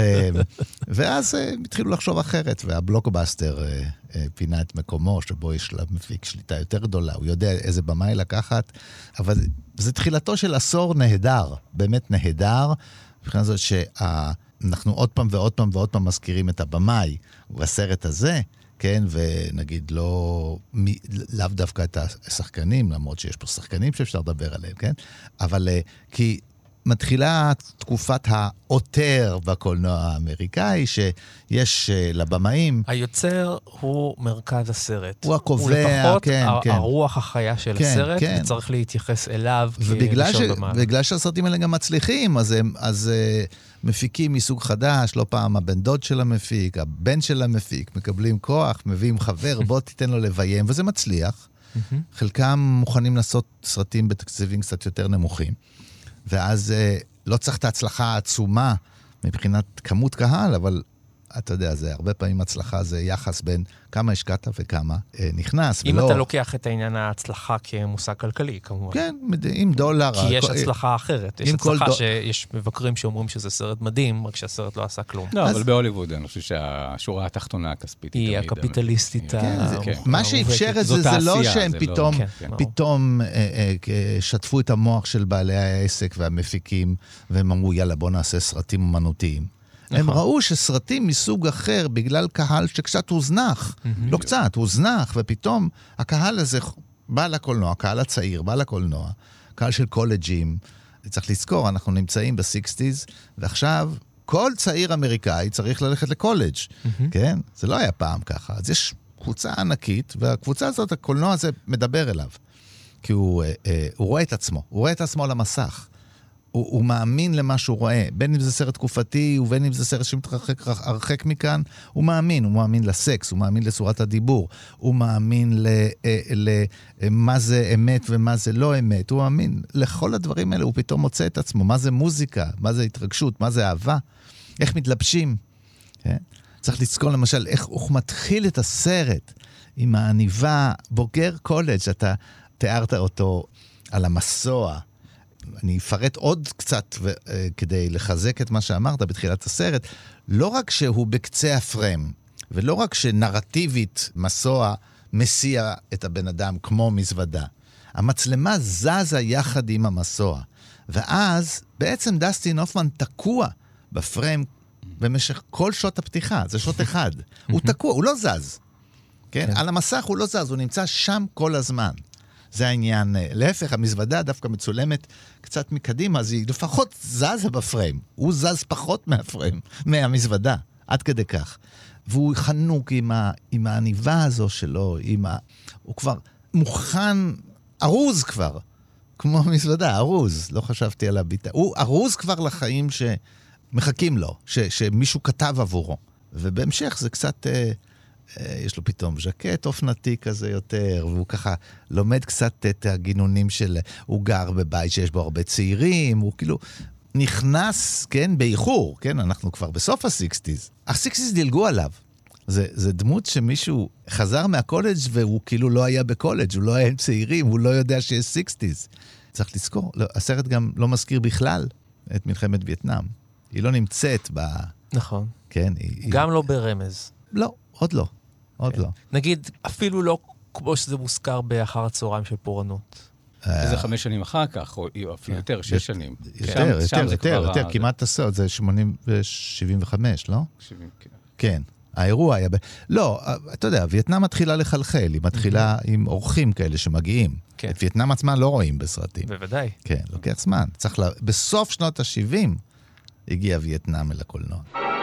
ואז התחילו לחשוב אחרת, והבלוקבאסטר פינה את מקומו, שבו יש למפיק שליטה יותר גדולה, הוא יודע איזה במאי לקחת, אבל זה תחילתו של עשור נהדר, באמת נהדר, מבחינה זאת שאנחנו עוד פעם ועוד פעם ועוד פעם מזכירים את הבמאי, ובסרט הזה, כן, ונגיד לאו דווקא את השחקנים, למרות שיש פה שחקנים שאפשר לדבר עליהם, כן? אבל כי מתחילה תקופת העותר בקולנוע האמריקאי, שיש לבמאים... היוצר הוא מרכז הסרט. הוא הקובע, הוא לפחות כן, כן. הרוח החיה של הסרט, כן. וצריך להתייחס אליו כראשון במעלה. ובגלל שהסרטים האלה גם מצליחים, אז מפיקים מסוג חדש, לא פעם הבן דוד של המפיק, הבן של המפיק, מקבלים כוח, מביאים חבר, בוא תיתן לו לביים, וזה מצליח. חלקם מוכנים לעשות סרטים בתקציבים קצת יותר נמוכים. ואז לא צריך את ההצלחה העצומה מבחינת כמות קהל, אבל אתה יודע, זה הרבה פעמים הצלחה, זה יחס בין כמה השקעת וכמה נכנס. אם אתה לוקח את העניין ההצלחה כמושג כלכלי, כמובן. כן, עם דולר. כי יש הצלחה אחרת. יש הצלחה שיש מבקרים שאומרים שזה סרט מדהים, רק שהסרט לא עשה כלום. לא, אבל בהוליווד, אני חושב שהשורה התחתונה הכספית היא הקפיטליסטית. מה שאפשר את זה, זה לא שהם פתאום שטפו את המוח של בעלי העסק והמפיקים, והם אמרו, יאללה, בוא נעשה סרטים אומנותיים. הם ראו שסרטים מסוג אחר, בגלל קהל שקצת הוזנח, לא קצת, הוזנח, ופתאום הקהל הזה בא לקולנוע, הקהל הצעיר בא לקולנוע, קהל של קולג'ים, צריך לזכור, אנחנו נמצאים ב-60s, ועכשיו כל צעיר אמריקאי צריך ללכת לקולג', כן? זה לא היה פעם ככה. אז יש קבוצה ענקית, והקבוצה הזאת, הקולנוע הזה מדבר אליו, כי הוא רואה את עצמו, הוא רואה את עצמו על המסך. הוא מאמין למה שהוא רואה, בין אם זה סרט תקופתי, ובין אם זה סרט שמתרחק הרחק מכאן, הוא מאמין לסקס, הוא מאמין לצורת הדיבור, הוא מאמין למה זה אמת ומה זה לא אמת, הוא מאמין לכל הדברים האלה, הוא פתאום מוצא את עצמו, מה זה מוזיקה, מה זה התרגשות, מה זה אהבה, איך מתלבשים. כן? צריך לזכור למשל איך הוא מתחיל את הסרט עם העניבה, בוגר קולג', אתה תיארת אותו על המסוע, אני אפרט עוד קצת כדי לחזק את מה שאמרת בתחילת הסרט, לא רק שהוא בקצה הפרם, ולא רק שנרטיבית מסוע מסיע את הבן אדם כמו מזוודה, המצלמה זזה יחד עם המסוע, ואז בעצם דסטין הופמן תקוע בפרם במשך כל שעות הפתיחה, זה שעות אחד, הוא תקוע, הוא לא זז, כן? על המסך הוא לא זז, הוא נמצא שם כל הזמן. זה העניין, להפך, המזוודה דווקא מצולמת קצת מקדימה, אז היא לפחות זזה בפריים. הוא זז פחות מהמזוודה, עד כדי כך. והוא חנוק עם העניבה הזו שלו, הוא כבר מוכן, ארוז כבר, כמו המזוודה, ארוז, לא חשבתי על הביטה. הוא ארוז כבר לחיים שמחכים לו, שמישהו כתב עבורו. ובהמשך זה קצת... יש לו פתאום ז'קט אופנתי כזה יותר, והוא ככה לומד קצת את הגינונים של, הוא גר בבית שיש בו הרבה צעירים, הוא כאילו נכנס, כן, באיחור, כן, אנחנו כבר בסוף ה-60s. ה-60s דילגו עליו. זה דמות שמישהו חזר מהקולג' והוא כאילו לא היה בקולג', הוא לא היה עם צעירים, הוא לא יודע שיש 60s. צריך לזכור, הסרט גם לא מזכיר בכלל את מלחמת וייטנאם. היא לא נמצאת נכון. כן, גם לא ברמז. לא, עוד לא. עוד לא. נגיד, אפילו לא כמו שזה מוזכר באחר הצהריים של פורענות. זה 5 שנים אחר כך, או אפילו יותר, 6 שנים. יותר, כמעט עשרות, זה 75, לא? 70, כן. כן, האירוע היה... לא, אתה יודע, וייטנאם מתחילה לחלחל, היא מתחילה עם אורחים כאלה שמגיעים. את וייטנאם עצמה לא רואים בסרטים. בוודאי. כן, לוקח זמן. בסוף שנות ה-70 הגיע וייטנאם אל הקולנוע.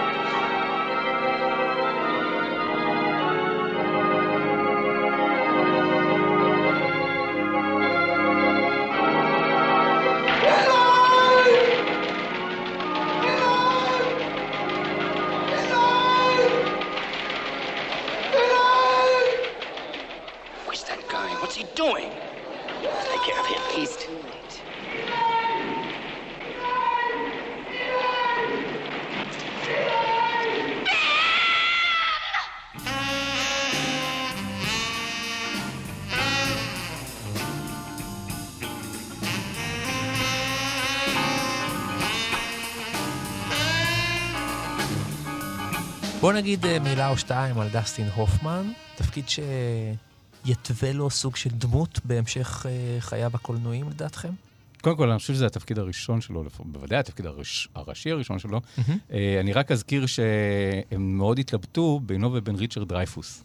בוא נגיד מילה או שתיים על דסטין הופמן, תפקיד שיתווה לו סוג של דמות בהמשך חייו הקולנועיים לדעתכם? קודם כל, אני חושב שזה התפקיד הראשון שלו, בוודאי התפקיד הראשי הראשון שלו. אני רק אזכיר שהם מאוד התלבטו בינו ובין ריצ'רד דרייפוס.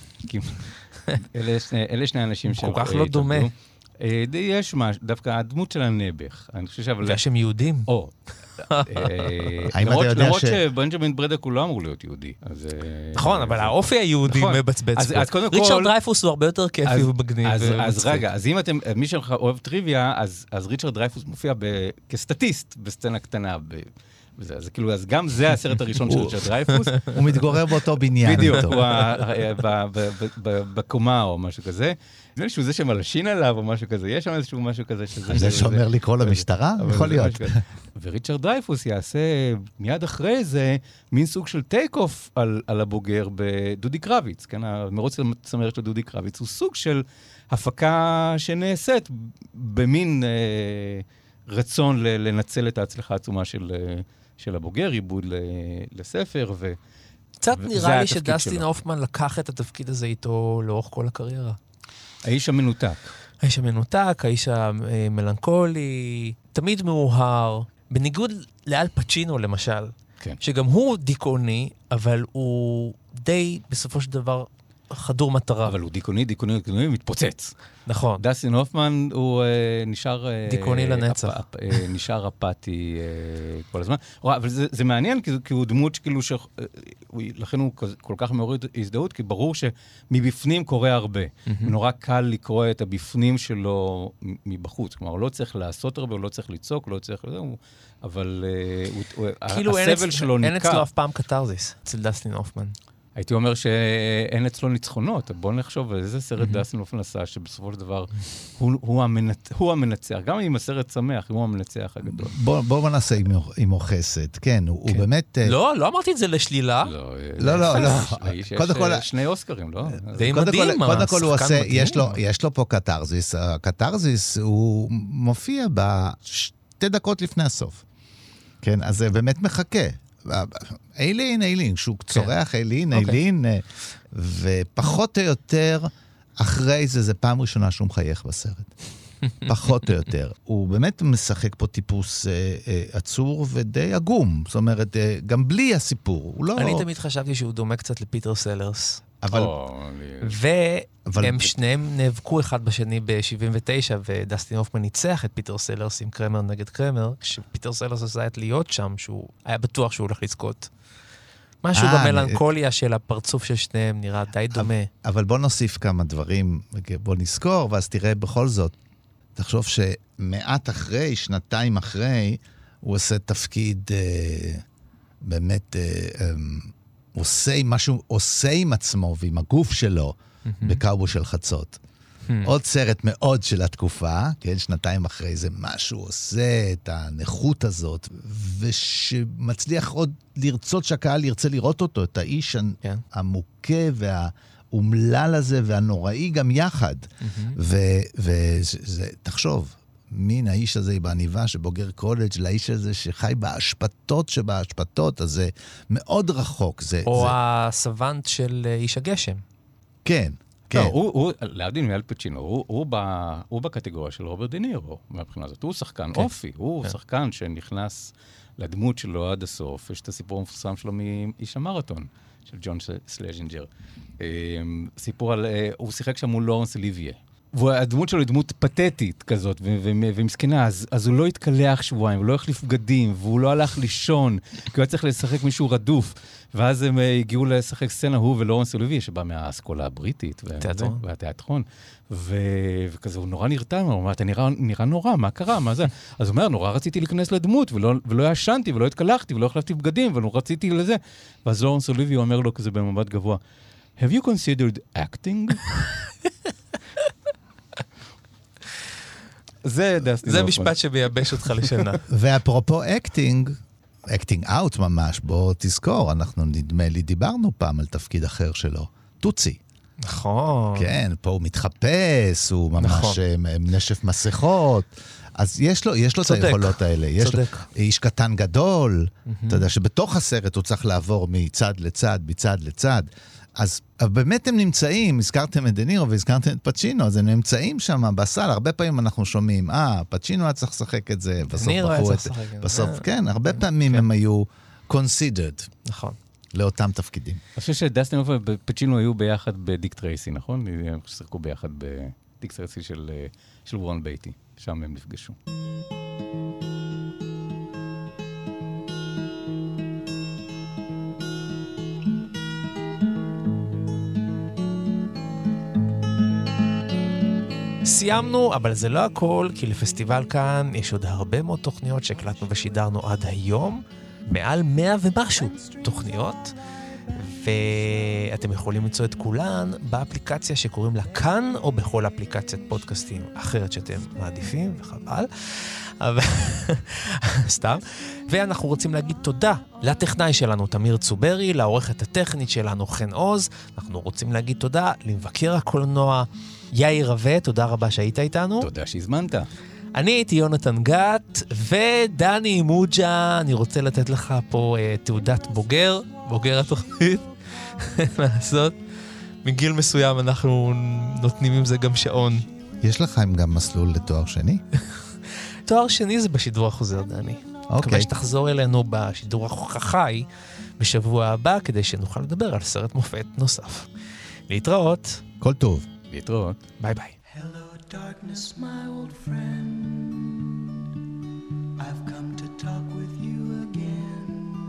אלה שני אנשים כל כך לא דומה. יש משהו, דווקא הדמות של הנבח. והשם יהודים. למרות שבנג'מין ברדק הוא לא אמור להיות יהודי. נכון, אבל האופי היהודי מבצבץ פה. ריצ'רד דרייפוס הוא הרבה יותר כיפי ובגניב. אז רגע, אז אם מי שלך אוהב טריוויה, אז ריצ'רד דרייפוס מופיע כסטטיסט בסצנה קטנה. אז גם זה הסרט הראשון של ריצ'רד דרייפוס. הוא מתגורר באותו בניין. בדיוק, בקומה או משהו כזה. נראה לי שהוא זה שמלשין עליו או משהו כזה. יש שם איזשהו משהו כזה שזה... זה שאומר לקרוא למשטרה? יכול להיות. וריצ'רד דרייפוס יעשה מיד אחרי זה מין סוג של טייק-אוף על הבוגר בדודי קרביץ. המרוץ לצמרת של דודי קרביץ הוא סוג של הפקה שנעשית במין רצון לנצל את ההצלחה העצומה של הבוגר, עיבוד לספר. קצת נראה לי שדסטין הופמן לקח את התפקיד הזה איתו לאורך כל הקריירה. האיש המנותק. האיש המנותק, האיש המלנכולי, תמיד מאוהר. בניגוד לאל פצ'ינו, למשל, כן. שגם הוא דיכאוני, אבל הוא די, בסופו של דבר, חדור מטרה. אבל הוא דיכאוני, מתפוצץ. נכון. דסטין הופמן הוא נשאר... דיכאוני לנצח. נשאר אפאתי כל הזמן. אבל זה מעניין, כי הוא דמות שכאילו לכן הוא כל כך מעורר הזדהות, כי ברור שמבפנים קורה הרבה. נורא קל לקרוא את הבפנים שלו מבחוץ. כלומר, הוא לא צריך לעשות הרבה, הוא לא צריך לצעוק, הוא לא צריך... אבל הסבל שלו ניכר. אין אצלו אף פעם קטרזיס, אצל דסטין הופמן. הייתי אומר שאין אצלו ניצחונות. בואו נחשוב איזה סרט דסטין הופמן עשה, שבסופו של דבר הוא המנצח. גם אם הסרט שמח, הוא המנצח הגדול. בואו נעשה עמו חסד. כן, הוא באמת... לא אמרתי את זה לשלילה. לא. קודם כל... שני אוסקרים, לא? די מדהים. קודם כל הוא עושה, יש לו פה קטרזיס. הקטרזיס הוא מופיע 2 דקות לפני הסוף. כן, אז זה באמת מחכה. איילין, שהוא צורח איילין, ופחות או יותר, אחרי זה פעם ראשונה שהוא מחייך בסרט. פחות או יותר. הוא באמת משחק פה טיפוס עצור ודי עגום. זאת אומרת, גם בלי הסיפור. אני תמיד חשבתי שהוא דומה קצת לפיטר סלרס. אבל... והם שניהם נאבקו אחד בשני ב-79, ודסטין הופמן ניצח את פיטר סלרס עם קרמר נגד קרמר, כשפיטר סלרס עשה את להיות שם, שהוא היה בטוח שהוא הולך לזכות. משהו במלנכוליה של הפרצוף של שניהם נראה די דומה. אבל בוא נוסיף כמה דברים, בוא נזכור, ואז תראה בכל זאת. תחשוב שמעט אחרי, 2 אחרי, הוא עושה תפקיד באמת... עושה עם עצמו ועם הגוף שלו בקאובוי של חצות. עוד סרט מאוד של התקופה, כן, 2 אחרי זה, משהו עושה את הנכות הזאת, ושמצליח עוד לרצות שהקהל ירצה לראות אותו, את האיש המוכה והאומלל הזה והנוראי גם יחד. ותחשוב, מין האיש הזה בעניבה שבוגר קולג' לאיש הזה שחי בהשפטות שבהשפטות, אז זה מאוד רחוק. או הסוונט של איש הגשם. כן. הוא, להבדיל מאל פצ'ינו, הוא בקטגוריה של רוברט דה נירו, מהבחינה הזאת. הוא שחקן אופי, הוא שחקן שנכנס לדמות שלו עד הסוף. יש את הסיפור המפורסם שלו מאיש המרתון, של ג'ון סלז'ינג'ר. סיפור על, הוא שיחק שם מול לורנס אוליביה. והדמות שלו היא דמות פתטית כזאת, ומסכנה, אז הוא לא התקלח שבועיים, הוא לא החליף בגדים, והוא לא הלך לישון, כי הוא היה צריך לשחק מישהו רדוף, ואז הם הגיעו לשחק סצנה, הוא ולורנס אוליביה, שבא מהאסכולה הבריטית, והתיאטרון, וכזה, הוא נורא נרתע, הוא אומר, אתה נראה נורא, מה קרה, מה זה? אז הוא אומר, נורא רציתי להיכנס לדמות, ולא ישנתי, ולא התקלחתי, ולא החלפתי בגדים, ולא רציתי לזה. ואז לורנס אוליביה אומר לו כזה במבט גבוה, Have you considered acting? זה משפט שמייבש אותך לשנה. ואפרופו אקטינג אאוט ממש, בוא תזכור, אנחנו נדמה לי דיברנו פעם על תפקיד אחר שלו, טוצי. נכון. כן, פה הוא מתחפש, הוא ממש נשף מסכות, אז יש לו את היכולות האלה. צודק. איש קטן גדול, אתה יודע שבתוך הסרט הוא צריך לעבור מצד לצד, מצד לצד, אז באמת הם נמצאים, הזכרתם את דה נירו והזכרתם את פצ'ינו, אז הם נמצאים שם בסל, הרבה פעמים אנחנו שומעים, פצ'ינו היה צריך לשחק את זה, בסוף כן, הרבה פעמים הם היו considered. נכון. לאותם תפקידים. אני חושב שדסטין ופצ'ינו היו ביחד בדיק טרייסי, נכון? הם שיחקו ביחד בדיק טרייסי של וורן בייטי, שם הם נפגשו. סיימנו, אבל זה לא הכל, כי לפסטיבל כאן יש עוד הרבה מאוד תוכניות שהקלטנו ושידרנו עד היום, מעל 100 ומשהו תוכניות, ואתם יכולים למצוא את כולן באפליקציה שקוראים לה כאן, או בכל אפליקציית פודקאסטים אחרת שאתם מעדיפים, וחבל. אבל סתם. ואנחנו רוצים להגיד תודה לטכנאי שלנו, תמיר צוברי, לעורכת הטכנית שלנו, חן עוז. אנחנו רוצים להגיד תודה למבקר הקולנוע, יאיר רווה, תודה רבה שהיית איתנו. תודה שהזמנת. אני הייתי יונתן גת, ודני מוג'ה, אני רוצה לתת לך פה תעודת בוגר התוכנית. מה לעשות? מגיל מסוים אנחנו נותנים עם זה גם שעון. יש לך גם מסלול לתואר שני? תואר שני זה בשידור החוזר, דני. מקווה שתחזור אלינו בשידור החי בשבוע הבא, כדי שנוכל לדבר על סרט מופת נוסף. להתראות. כל טוב. להתראות. ביי ביי. Hello, darkness, my old friend. I've come to talk with you again,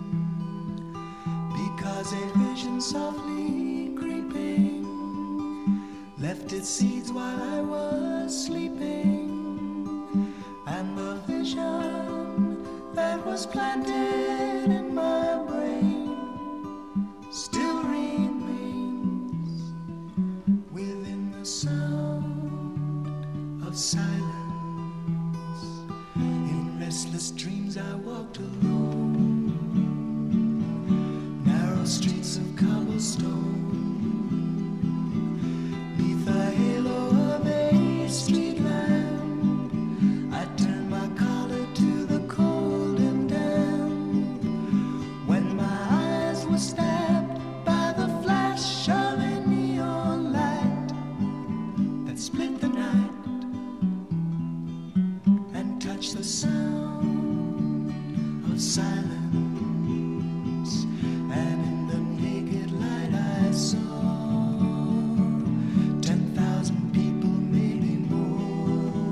because a vision softly creeping left its seeds while I was sleeping, and the vision that was planted in my brain still remains within the sound of silence. In restless dreams I walked alone, narrow streets of cobblestone, neath the halo of a street lamp. I turned my collar to the cold and damp, when my eyes were stabbed by the flash of a neon light that split the night and touched the sound of silence. And in the naked light I saw 10,000 people, maybe more,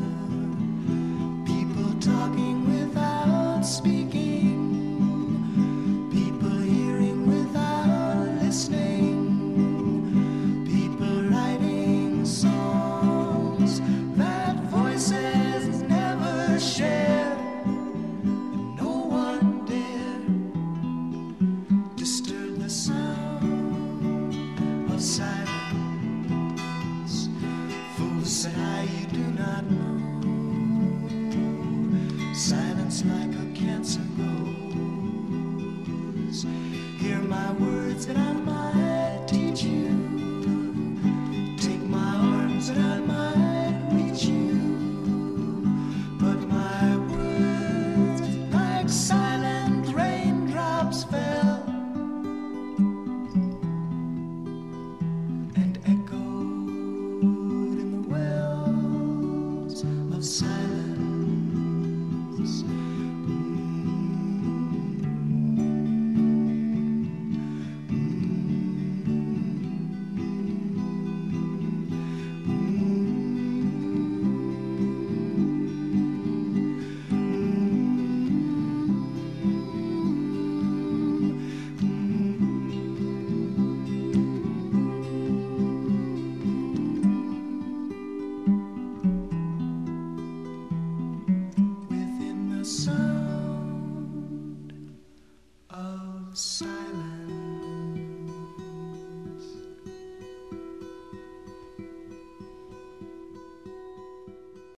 people talking without speaking, people hearing without listening, people writing songs that voices never share. No one dare disturb the sound of silence. Fools said you do not know. Silence like a cancer grows. Hear my words that I might teach you. Take my arms that I might reach you. But my words, like silent raindrops, fell and echoed in the wells of silence. Within the sound of silence.